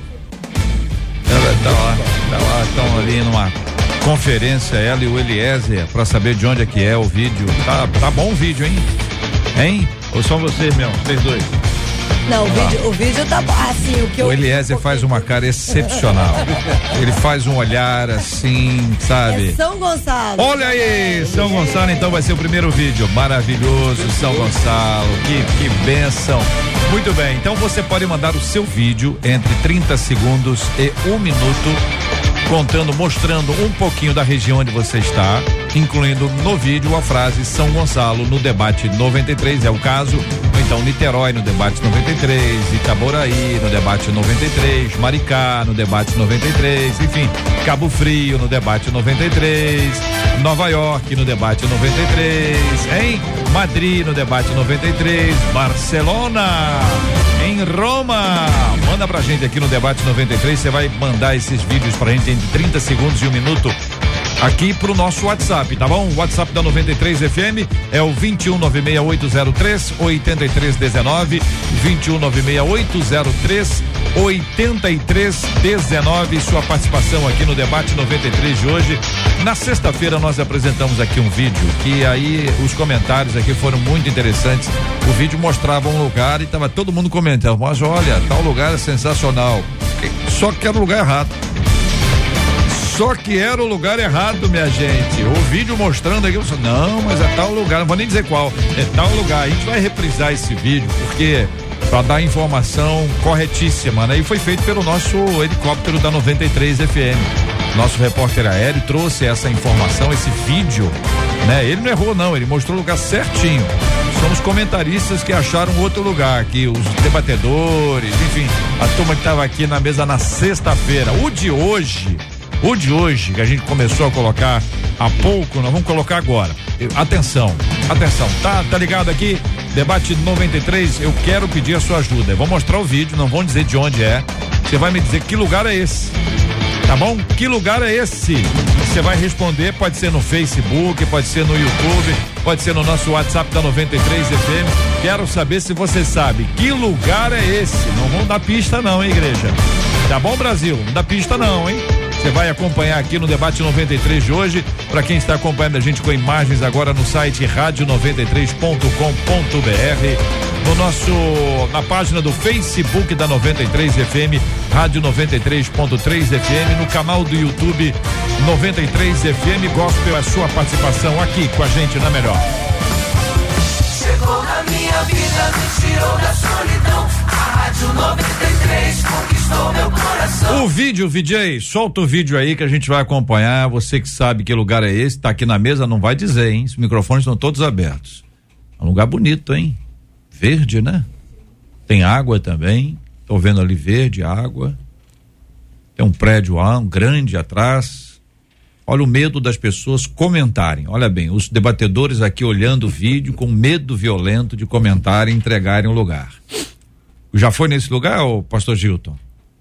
S2: Ela tá lá, estão ali numa conferência, ela e o Eliezer, pra saber de onde é que é o vídeo. Tá bom o vídeo, hein? Ou só vocês mesmo, vocês dois?
S3: Não, o vídeo tá assim, o que
S2: O Eliezer faz uma cara excepcional. Ele faz um olhar assim, sabe?
S3: É São Gonçalo.
S2: Olha aí, São Gonçalo, então vai ser o primeiro vídeo. Maravilhoso, São Gonçalo. Que bênção. Muito bem, então você pode mandar o seu vídeo entre 30 segundos e 1 minuto, mostrando um pouquinho da região onde você está, incluindo no vídeo a frase São Gonçalo no debate 93, é o caso, ou então Niterói no debate 93, Itaboraí no debate 93, Maricá no debate 93, enfim, Cabo Frio no debate 93, Nova York no debate 93, em Madrid no debate 93, Barcelona, em Roma. Manda pra gente aqui no debate 93, você vai mandar esses vídeos pra gente entre 30 segundos e 1 minuto aqui pro nosso WhatsApp, tá bom? O WhatsApp da 93 FM é o 21968038319, 21968038319. Sua participação aqui no debate 93 de hoje. Na sexta-feira nós apresentamos aqui um vídeo que aí os comentários aqui foram muito interessantes. O vídeo mostrava um lugar e tava todo mundo comentando, mas olha, tal lugar é sensacional. Só que era o lugar errado. Só que era o lugar errado, minha gente. O vídeo mostrando aqui, eu disse, não, mas é tal lugar, não vou nem dizer qual, é tal lugar. A gente vai reprisar esse vídeo, porque para dar a informação corretíssima, né? E foi feito pelo nosso helicóptero da 93 FM. Nosso repórter aéreo trouxe essa informação, esse vídeo, né? Ele não errou, não, ele mostrou o lugar certinho. Somos comentaristas que acharam outro lugar, que os debatedores, enfim, a turma que estava aqui na mesa na sexta-feira. O de hoje, que a gente começou a colocar há pouco, nós vamos colocar agora. Atenção, tá ligado aqui? Debate 93, eu quero pedir a sua ajuda. Eu vou mostrar o vídeo, não vão dizer de onde é. Você vai me dizer que lugar é esse. Tá bom? Que lugar é esse? Você vai responder, pode ser no Facebook, pode ser no YouTube, pode ser no nosso WhatsApp da 93 FM. Quero saber se você sabe que lugar é esse. Não vão dar pista não, hein, igreja? Tá bom, Brasil? Não dá pista não, hein? Você vai acompanhar aqui no debate 93 de hoje. Para quem está acompanhando a gente com imagens agora no site radio93.com.br, na página do Facebook da 93 FM, Rádio 93.3 FM, no canal do YouTube 93 FM Gospel. A sua participação aqui com a gente na Melhor.
S7: Chegou na minha vida, me tirou da solidão. A Rádio 93 conquistou meu coração.
S2: O vídeo, VJ, solta o vídeo aí que a gente vai acompanhar. Você que sabe que lugar é esse, tá aqui na mesa, não vai dizer, hein? Os microfones estão todos abertos. É um lugar bonito, hein? Verde, né? Tem água também. Tô vendo ali verde, água. Tem um prédio grande atrás. Olha o medo das pessoas comentarem. Olha bem, os debatedores aqui olhando o vídeo com medo violento de comentarem e entregarem o lugar. Já foi nesse lugar, ô pastor Gilton?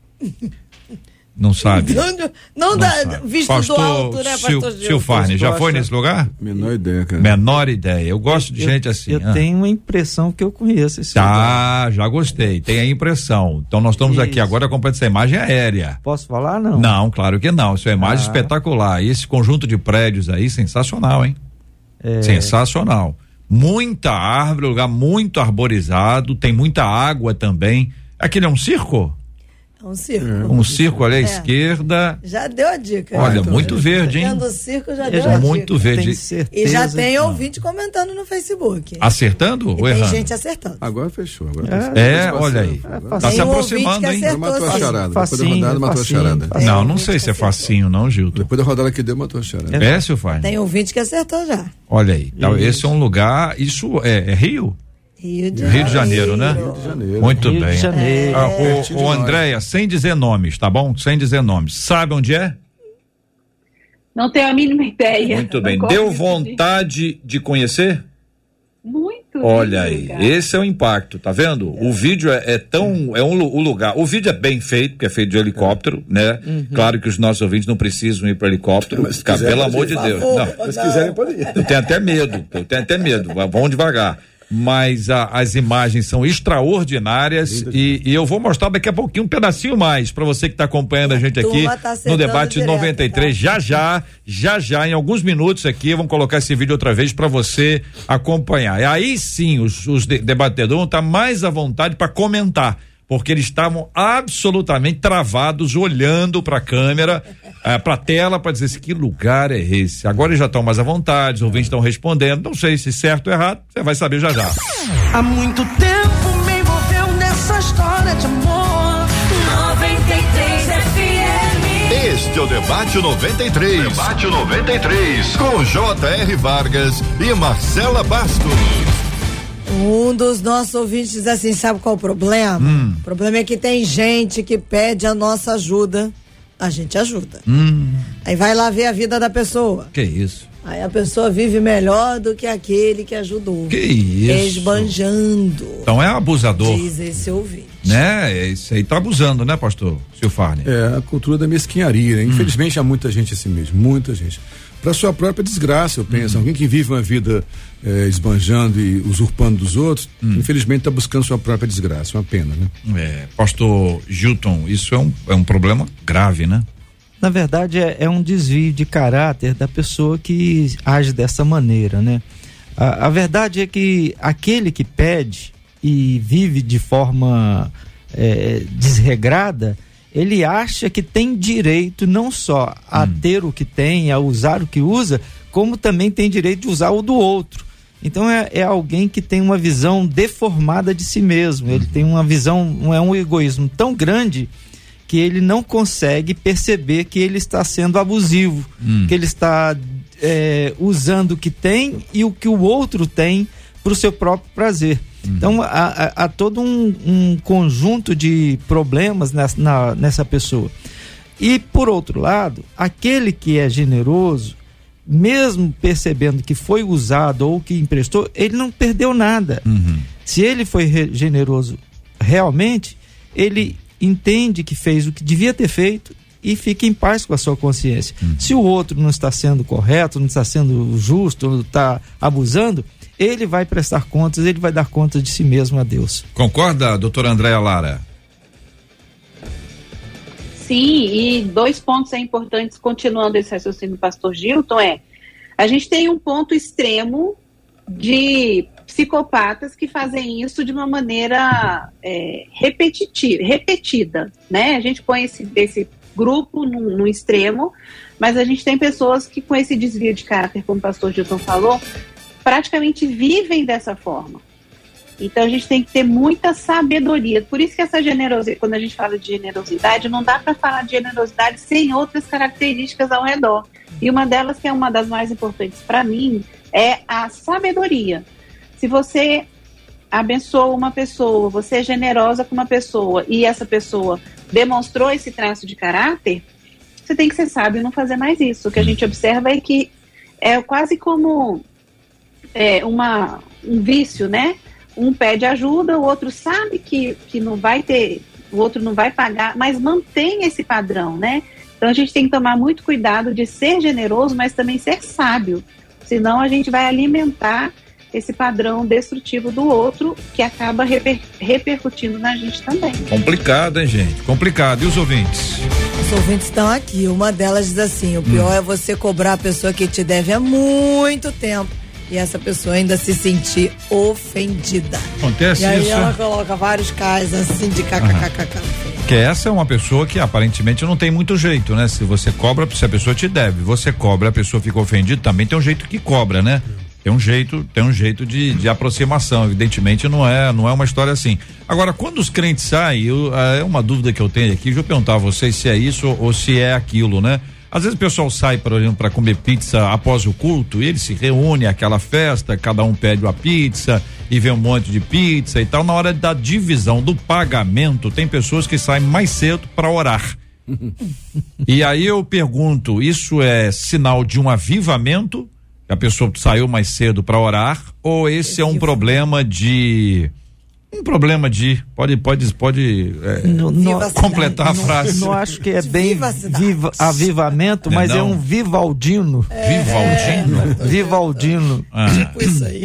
S2: Não sabe.
S3: Não dá, visto
S2: pastor
S3: do alto, né, pastor Gilton?
S2: Silfarne, já foi nesse lugar?
S4: Menor ideia, cara.
S2: Menor ideia. Eu gosto de gente assim.
S5: Eu tenho uma impressão que eu conheço esse
S2: lugar. Já gostei. Tem a impressão. Então nós estamos aqui agora acompanhando essa imagem aérea.
S5: Posso falar, não?
S2: Não, claro que não. Isso é imagem espetacular. Esse conjunto de prédios aí, sensacional, hein? Sensacional. Muita árvore, lugar muito arborizado, tem muita água também. Aquele é um circo?
S3: Um circo.
S2: Um circo ali à esquerda.
S3: Já deu a dica.
S2: Olha, então, muito verde, hein?
S3: Vendo o circo já deu a dica.
S2: Muito verde.
S3: E já tem ouvinte comentando no Facebook.
S2: Acertando ou errando?
S3: Tem gente acertando.
S4: Agora fechou.
S2: Olha aí. Tá se aproximando, hein?
S4: Matou a charada. Depois da rodada, matou a charada.
S2: Não sei se é facinho não, Gilton.
S4: Depois da rodada que deu, matou a charada.
S2: Silfarne?
S3: Tem ouvinte que acertou já.
S2: Olha aí. Então, esse é um lugar, isso é Rio? Rio de Janeiro, né?
S4: Rio de Janeiro.
S2: Muito
S5: Rio
S2: bem.
S5: De Janeiro.
S2: O Andréia, sem dizer nomes, tá bom? Sem dizer nomes. Sabe onde é?
S6: Não tenho a mínima ideia.
S2: Muito bem. Deu vontade de conhecer?
S6: Muito.
S2: Olha aí, esse é o impacto, tá vendo? O vídeo o lugar. O vídeo é bem feito, porque é feito de helicóptero, né? Claro que os nossos ouvintes não precisam ir para helicóptero, pelo amor de Deus. Não.
S4: Se quiserem, pode ir.
S2: Eu tenho até medo. Vamos devagar. mas as imagens são extraordinárias e eu vou mostrar daqui a pouquinho um pedacinho mais para você que está acompanhando a gente aqui no Debate direto, 93. Tá? Já, em alguns minutos aqui, vamos colocar esse vídeo outra vez para você acompanhar. E aí sim, os debatedores vão estar mais à vontade para comentar, porque eles estavam absolutamente travados, olhando para a câmera, para a tela, para dizer assim, que lugar é esse? Agora eles já estão mais à vontade, os ouvintes estão respondendo, não sei se certo ou errado, você vai saber já.
S7: Há muito tempo me envolveu nessa história de amor. 93 FM.
S1: Este é o Debate 93. Debate 93, com J.R. Vargas e Marcela Bastos.
S3: Um dos nossos ouvintes diz assim, sabe qual é o problema? O problema é que tem gente que pede a nossa ajuda, a gente ajuda. Aí vai lá ver a vida da pessoa.
S2: Que isso?
S3: Aí a pessoa vive melhor do que aquele que ajudou.
S2: Que isso?
S3: Esbanjando.
S2: Então é abusador.
S3: Diz esse ouvinte.
S2: Né? Esse aí tá abusando, né, pastor Silfarne?
S4: É a cultura da mesquinharia, né? Infelizmente há muita gente assim mesmo, muita gente. Para sua própria desgraça, eu penso. Alguém que vive uma vida esbanjando e usurpando dos outros, infelizmente está buscando sua própria desgraça. Uma pena, né?
S2: Pastor Gilton, isso é um problema grave, né?
S5: Na verdade, é um desvio de caráter da pessoa que age dessa maneira, né? A verdade é que aquele que pede e vive de forma desregrada, ele acha que tem direito não só a ter o que tem, a usar o que usa, como também tem direito de usar o do outro. Então é alguém que tem uma visão deformada de si mesmo. Ele tem uma visão, um egoísmo tão grande que ele não consegue perceber que ele está sendo abusivo, que ele está usando o que tem e o que o outro tem para o seu próprio prazer. Então há todo um conjunto de problemas nessa pessoa. E por outro lado, aquele que é generoso, mesmo percebendo que foi usado ou que emprestou, ele não perdeu nada. Se ele foi generoso realmente, ele entende que fez o que devia ter feito e fica em paz com a sua consciência. Se o outro não está sendo correto, não está sendo justo, não está abusando, ele vai prestar contas, ele vai dar conta de si mesmo a Deus.
S2: Concorda, doutora Andréa Lara?
S6: Sim, e 2 pontos importantes, continuando esse raciocínio do pastor Gilton, a gente tem um ponto extremo de psicopatas que fazem isso de uma maneira repetida, né? A gente põe esse grupo no extremo, mas a gente tem pessoas que com esse desvio de caráter, como o pastor Gilton falou, praticamente vivem dessa forma. Então a gente tem que ter muita sabedoria. Por isso que essa generosidade, quando a gente fala de generosidade, não dá para falar de generosidade sem outras características ao redor. E uma delas, que é uma das mais importantes para mim, é a sabedoria. Se você abençoa uma pessoa, você é generosa com uma pessoa e essa pessoa demonstrou esse traço de caráter, você tem que ser sábio e não fazer mais isso. O que a gente observa é que é quase como um vício, né? Um pede ajuda, o outro sabe que não vai ter, o outro não vai pagar, mas mantém esse padrão, né? Então a gente tem que tomar muito cuidado de ser generoso, mas também ser sábio. Senão a gente vai alimentar esse padrão destrutivo do outro, que acaba repercutindo na gente também.
S2: Complicado, hein, gente? Complicado. E os ouvintes?
S3: Os ouvintes estão aqui. Uma delas diz assim, o pior é você cobrar a pessoa que te deve há muito tempo e essa pessoa ainda se sentir ofendida.
S2: Acontece
S3: isso. E aí
S2: isso.
S3: ela coloca vários casos assim de kkkk.
S2: Que essa é uma pessoa que aparentemente não tem muito jeito, né? Se você cobra, se a pessoa te deve, você cobra, a pessoa fica ofendida, também tem um jeito que cobra, né? Tem um jeito de aproximação, evidentemente não é uma história assim. Agora, quando os crentes saem, é uma dúvida que eu tenho aqui, deixa eu perguntar a vocês se é isso ou se é aquilo, né? Às vezes o pessoal sai, por exemplo, para comer pizza após o culto, e eles se reúnem àquela festa, cada um pede uma pizza e vê um monte de pizza e tal. Na hora da divisão do pagamento, tem pessoas que saem mais cedo para orar. E aí eu pergunto, isso é sinal de um avivamento? A pessoa saiu mais cedo para orar, ou esse é um problema de pode completar a frase.
S5: Não acho que é bem avivamento, mas é um vivaldino.
S2: Vivaldino?
S5: Vivaldino.
S3: Tipo isso aí.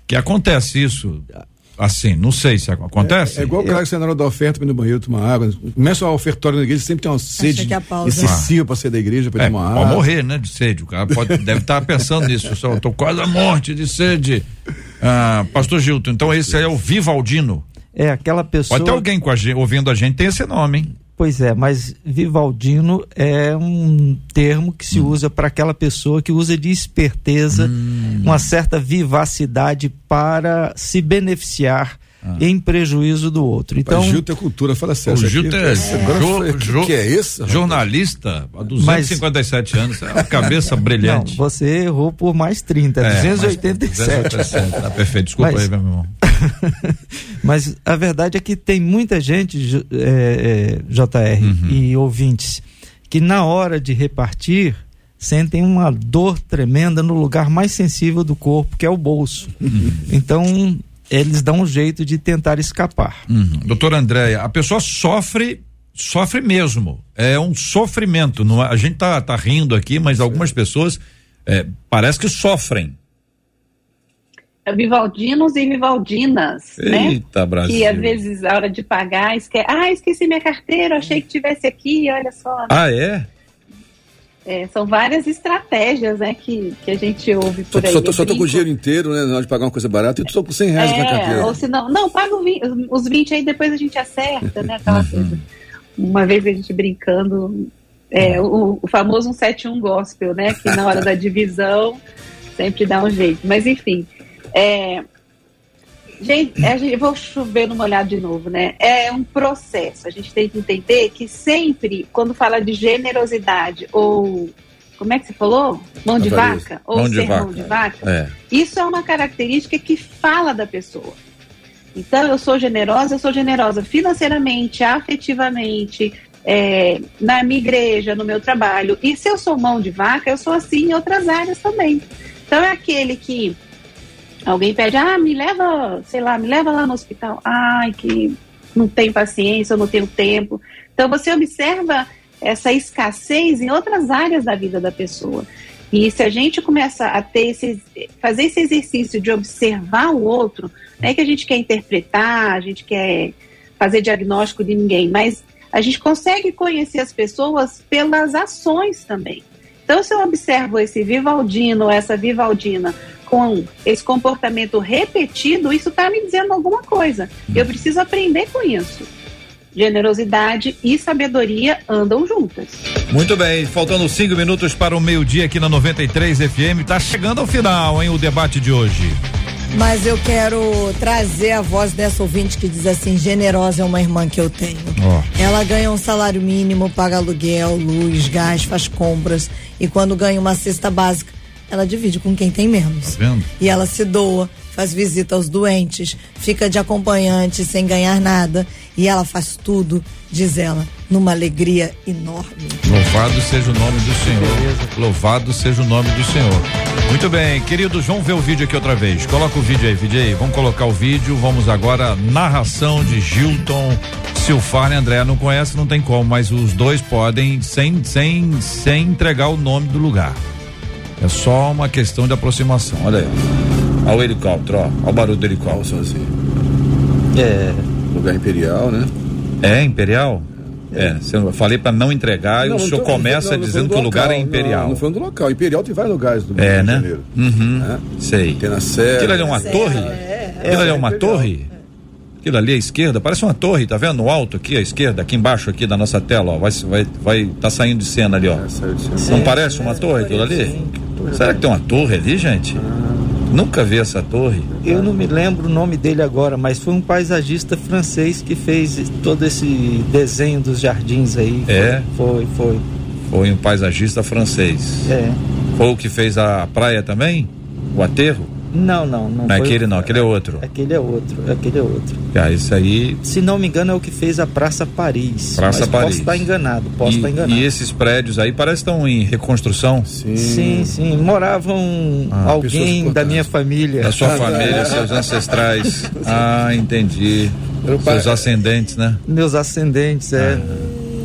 S2: que acontece isso. Assim, não sei se acontece.
S4: É igual o cara que você na hora da oferta, vai no banheiro tomar água. Começa a ofertório na igreja, sempre tem uma sede excessiva para sair da igreja, para tomar água.
S2: Pode morrer, né, de sede. O cara deve estar pensando nisso. Eu tô quase à morte de sede. Pastor Gilton, então esse aí é o Vivaldino.
S5: É aquela pessoa.
S2: Pode ter alguém ouvindo a gente, tem esse nome, hein?
S5: Pois é, mas Vivaldino é um termo que se usa para aquela pessoa que usa de esperteza, uma certa vivacidade para se beneficiar em prejuízo do outro. Então,
S4: o Gilton é cultura, fala sério.
S2: O Gilton
S4: que é esse?
S2: Jornalista, há 257 anos, é uma cabeça brilhante.
S5: Não, você errou por mais 30, 287.
S2: Tá perfeito, desculpa aí, meu irmão.
S5: Mas a verdade é que tem muita gente, JR e ouvintes, que na hora de repartir sentem uma dor tremenda no lugar mais sensível do corpo, que é o bolso. Então eles dão um jeito de tentar escapar.
S2: Doutora Andréia, a pessoa sofre mesmo, é um sofrimento, não é? A gente tá rindo aqui, mas algumas pessoas parece que sofrem.
S6: Vivaldinos e Vivaldinas,
S2: Eita,
S6: né?
S2: Brasil.
S6: Que às vezes a hora de pagar esqueci minha carteira, achei que tivesse aqui, olha só. São várias estratégias, né, que a gente ouve por aí.
S4: Só tô com o dinheiro inteiro, né, na hora de pagar uma coisa barata, e tu só com R$100 na carteira.
S6: Ou se não, paga os 20 aí, depois a gente acerta, né, aquela coisa. Uma vez a gente brincando, o famoso 171 gospel, né, que na hora da divisão sempre dá um jeito, mas enfim. Gente, vou chover numa olhada de novo, né? É um processo. A gente tem que entender que sempre, quando fala de generosidade ou, como é que você falou? Mão de vaca? Ou mão de vaca. Isso é uma característica que fala da pessoa. Então, eu sou generosa financeiramente, afetivamente, na minha igreja, no meu trabalho. E se eu sou mão de vaca, eu sou assim em outras áreas também. Então, é aquele que alguém pede, me leva lá no hospital. Ai, que não tenho paciência, eu não tenho tempo. Então, você observa essa escassez em outras áreas da vida da pessoa. E se a gente começa a fazer esse exercício de observar o outro, não é que a gente quer interpretar, a gente quer fazer diagnóstico de ninguém, mas a gente consegue conhecer as pessoas pelas ações também. Então, se eu observo esse Vivaldino, essa Vivaldina, com esse comportamento repetido, isso está me dizendo alguma coisa. Eu preciso aprender com isso. Generosidade e sabedoria andam juntas.
S2: Muito bem, faltando 5 minutos para o meio-dia aqui na 93 FM. Tá chegando ao final, hein, o debate de hoje.
S3: Mas eu quero trazer a voz dessa ouvinte que diz assim: generosa é uma irmã que eu tenho. Ela ganha um salário mínimo, paga aluguel, luz, gás, faz compras, e quando ganha uma cesta básica, ela divide com quem tem menos.
S2: Tá vendo?
S3: E ela se doa, faz visita aos doentes, fica de acompanhante sem ganhar nada, e ela faz tudo, diz ela, numa alegria enorme.
S2: Louvado seja o nome do Senhor. Louvado seja o nome do Senhor. Muito bem, queridos, vamos ver o vídeo aqui outra vez. Coloca o vídeo aí, VJ. Vamos colocar o vídeo. Vamos agora, narração de Gilton, Silfarne e André. Não conhece, não tem como, mas os dois podem sem entregar o nome do lugar. É só uma questão de aproximação. Olha aí. Olha o helicóptero, ó. Olha o barulho do helicóptero.
S4: Sozinho. Lugar imperial, né?
S2: É imperial? Eu falei para não entregar e o senhor começa dizendo que o lugar é imperial.
S4: Não falando do local. Imperial tem vários lugares do Rio de Janeiro.
S2: Sei.
S4: Tem na Serra.
S2: Aquilo ali é uma torre? Aquilo ali é uma torre? Aquilo ali à esquerda, parece uma torre, tá vendo? No alto aqui, à esquerda, aqui embaixo aqui da nossa tela, ó. Tá saindo de cena ali, ó. Não parece uma torre aquilo ali?
S5: Sim.
S2: Será que tem uma torre ali, gente? Nunca vi essa torre.
S5: Eu não me lembro o nome dele agora, mas foi um paisagista francês que fez todo esse desenho dos jardins aí.
S2: Foi um paisagista francês. Foi o que fez a praia também? O aterro?
S5: Não.
S2: Não é aquele não, aquele é outro.
S5: Aquele é outro.
S2: Isso aí.
S5: Se não me engano, é o que fez a Praça Paris.
S2: Paris.
S5: Posso estar enganado.
S2: E esses prédios aí parecem que estão em reconstrução?
S5: Sim. Moravam alguém da minha família.
S2: Da sua família, seus ancestrais. Entendi. Seus ascendentes, né?
S5: Meus ascendentes,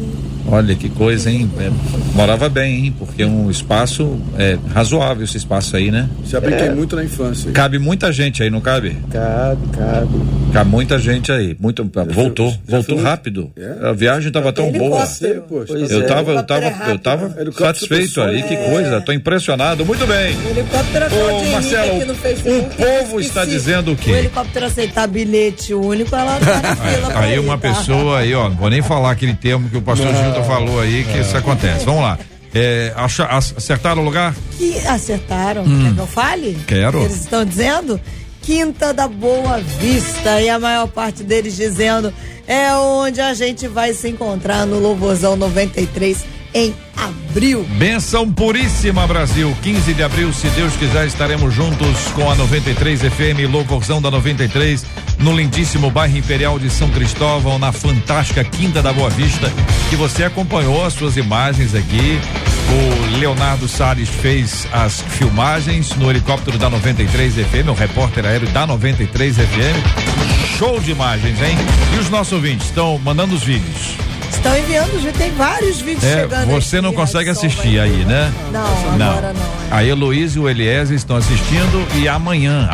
S2: Olha que coisa, hein? Morava bem, hein? Porque é um espaço razoável, esse espaço aí, né?
S4: Já brinquei muito na infância.
S2: Cabe muita gente aí, não cabe?
S5: Cabe.
S2: Cabe muita gente aí. Voltou rápido. A viagem estava tão boa. Eu tava satisfeito aí, que coisa. Tô impressionado. Muito bem.
S3: O helicóptero
S2: Marcelo, o povo está dizendo o quê?
S3: O helicóptero aceitar bilhete único, ela tá na fila.
S2: Aí uma pessoa aí, ó, não vou nem falar aquele termo que o pastor Gilton falou aí, que isso acontece. Vamos lá. Acertaram o lugar?
S3: Acertaram. Quer que eu fale?
S2: Quero.
S3: Eles estão dizendo Quinta da Boa Vista, e a maior parte deles dizendo é onde a gente vai se encontrar no Louvorzão 93 em abril.
S2: Benção puríssima, Brasil. 15 de abril, se Deus quiser, estaremos juntos com a 93 FM, Louvorzão da 93, no lindíssimo bairro Imperial de São Cristóvão, na fantástica Quinta da Boa Vista, que você acompanhou as suas imagens aqui. O Leonardo Salles fez as filmagens no helicóptero da 93 FM, o repórter aéreo da 93 FM. Show de imagens, hein? E os nossos ouvintes estão mandando os vídeos.
S3: Estão enviando, tem vários vídeos chegando.
S2: Você não consegue assistir aí, né?
S3: Não, agora não.
S2: A Heloísa e o Eliezer estão assistindo, e amanhã,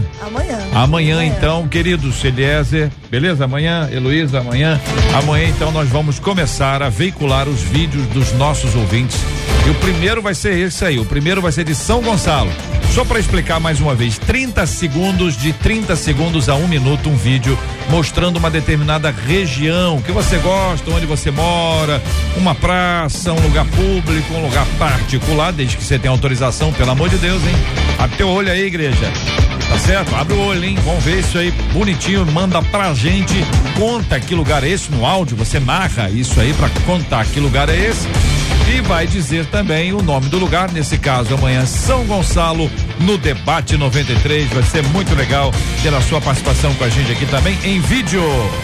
S2: então, queridos, Eliezer, beleza? Amanhã, Heloísa, amanhã então nós vamos começar a veicular os vídeos dos nossos ouvintes, e o primeiro vai ser esse aí, o primeiro vai ser de São Gonçalo. Só para explicar mais uma vez, 30 segundos a 1 minuto, um vídeo mostrando uma determinada região que você gosta, onde você mora, uma praça, um lugar público, um lugar particular, desde que você tenha autorização, pelo amor de Deus, hein? Abre teu olho aí, igreja. Tá certo? Abre o olho, hein? Vamos ver isso aí bonitinho, manda pra gente, conta que lugar é esse no áudio, você narra isso aí pra contar que lugar é esse. E vai dizer também o nome do lugar, nesse caso amanhã, São Gonçalo, no Debate 93. Vai ser muito legal ter a sua participação com a gente aqui também em vídeo.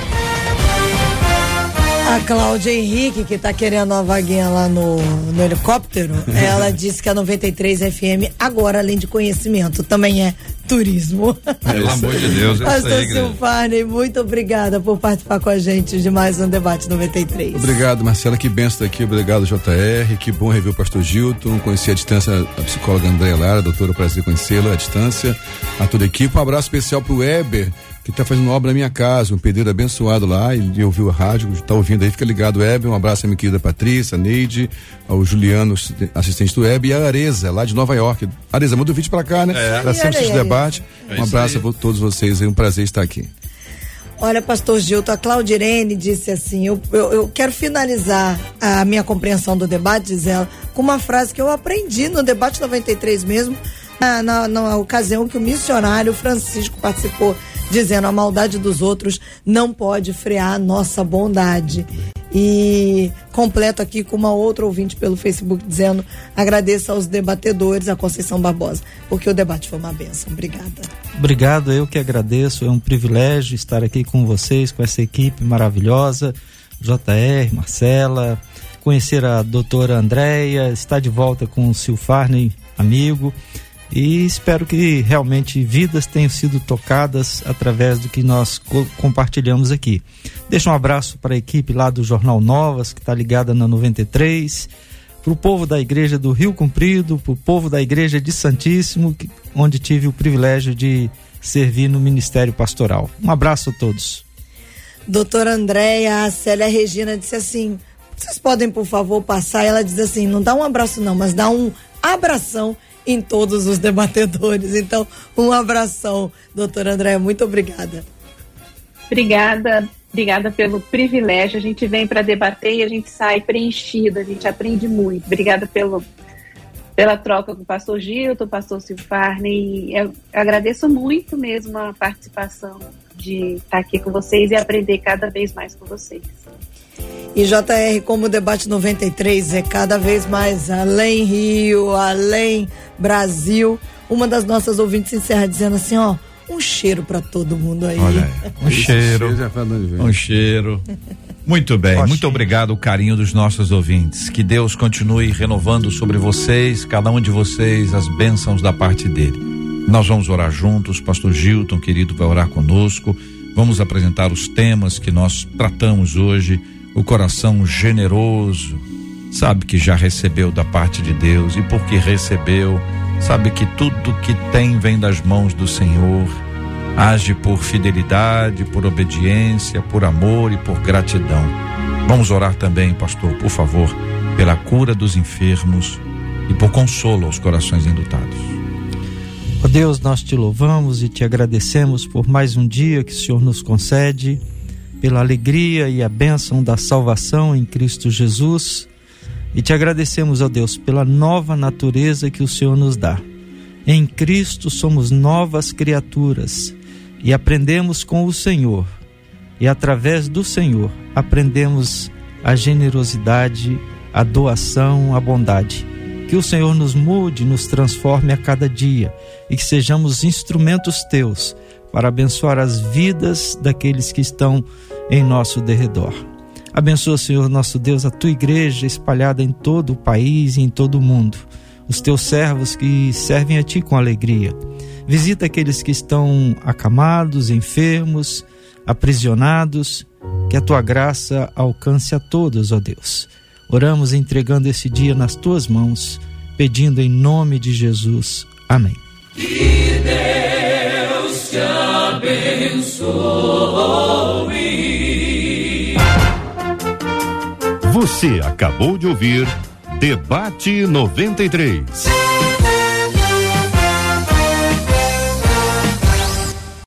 S3: A Cláudia Henrique, que tá querendo uma vaguinha lá no helicóptero, ela disse que a 93 FM, agora, além de conhecimento, também é turismo.
S2: Pelo amor de Deus, é isso aí,
S3: Silfarney, muito obrigada por participar com a gente de mais um Debate 93.
S4: Obrigado, Marcela, que benção daqui, obrigado, JR, que bom rever o pastor Gilton, conheci à distância a psicóloga Andréia Lara, doutora, prazer conhecê-la à distância, a toda a equipe. Um abraço especial pro Weber, que tá fazendo obra na minha casa, um pedreiro abençoado lá, ele ouviu a rádio, tá ouvindo aí, fica ligado, Weber. Um abraço à minha querida Patrícia, Neide, ao Juliano, assistente do Weber, e a Areza, lá de Nova York. Areza, manda o vídeo pra cá, né? Tá sempre esse debate. Um abraço a todos vocês aí, um prazer estar aqui.
S3: Olha, pastor Gilton, a Claudirene disse assim, eu quero finalizar a minha compreensão do debate, diz ela, com uma frase que eu aprendi no Debate 93 mesmo, na ocasião que o missionário Francisco participou, dizendo: a maldade dos outros não pode frear a nossa bondade. E completo aqui com uma outra ouvinte pelo Facebook dizendo: agradeço aos debatedores, a Conceição Barbosa, porque o debate foi uma bênção. Obrigada.
S5: Obrigado, eu que agradeço, é um privilégio estar aqui com vocês, com essa equipe maravilhosa, JR, Marcela, conhecer a doutora Andréia, estar de volta com o Silfarney, amigo, e espero que realmente vidas tenham sido tocadas através do que nós compartilhamos aqui. Deixa um abraço para a equipe lá do Jornal Novas, que está ligada na 93, para o povo da igreja do Rio Comprido, para o povo da igreja de Santíssimo, onde tive o privilégio de servir no Ministério Pastoral. Um abraço a todos.
S3: Doutora Andréia, a Célia Regina disse assim: vocês podem, por favor, passar? E ela diz assim: não dá um abraço não, mas dá um abração em todos os debatedores. Então, um abração, doutora Andréia, muito obrigada.
S6: Obrigada pelo privilégio. A gente vem para debater e a gente sai preenchida, a gente aprende muito. Obrigada pela troca com o pastor Gilton, o pastor Silfarney. Eu agradeço muito mesmo a participação de estar aqui com vocês e aprender cada vez mais com vocês.
S3: E JR, como o Debate 93 é cada vez mais além Rio, além Brasil, uma das nossas ouvintes encerra dizendo assim: ó, um cheiro para todo mundo aí.
S2: Olha aí, um cheiro. Muito bem, muito obrigado o carinho dos nossos ouvintes. Que Deus continue renovando sobre vocês, cada um de vocês, as bênçãos da parte dele. Nós vamos orar juntos, pastor Gilton, querido, vai orar conosco. Vamos apresentar os temas que nós tratamos hoje. o coração generoso, sabe que já recebeu da parte de Deus, e porque recebeu, sabe que tudo que tem vem das mãos do Senhor. Age por fidelidade, por obediência, por amor e por gratidão. Vamos orar também, pastor, por favor, pela cura dos enfermos e por consolo aos corações enlutados.
S5: Ó Deus, nós te louvamos e te agradecemos por mais um dia que o Senhor nos concede, pela alegria e a bênção da salvação em Cristo Jesus, e te agradecemos, ó Deus, pela nova natureza que o Senhor nos dá. Em Cristo somos novas criaturas e aprendemos com o Senhor, e através do Senhor aprendemos a generosidade, a doação, a bondade. Que o Senhor nos mude, nos transforme a cada dia e que sejamos instrumentos teus para abençoar as vidas daqueles que estão em nosso derredor. Abençoa, Senhor, nosso Deus, a tua igreja espalhada em todo o país e em todo o mundo, os teus servos que servem a ti com alegria. Visita aqueles que estão acamados, enfermos, aprisionados, que a tua graça alcance a todos, ó Deus. Oramos entregando esse dia nas tuas mãos, pedindo em nome de Jesus. Amém.
S7: Que Deus te abençoe.
S1: Você acabou de ouvir Debate 93.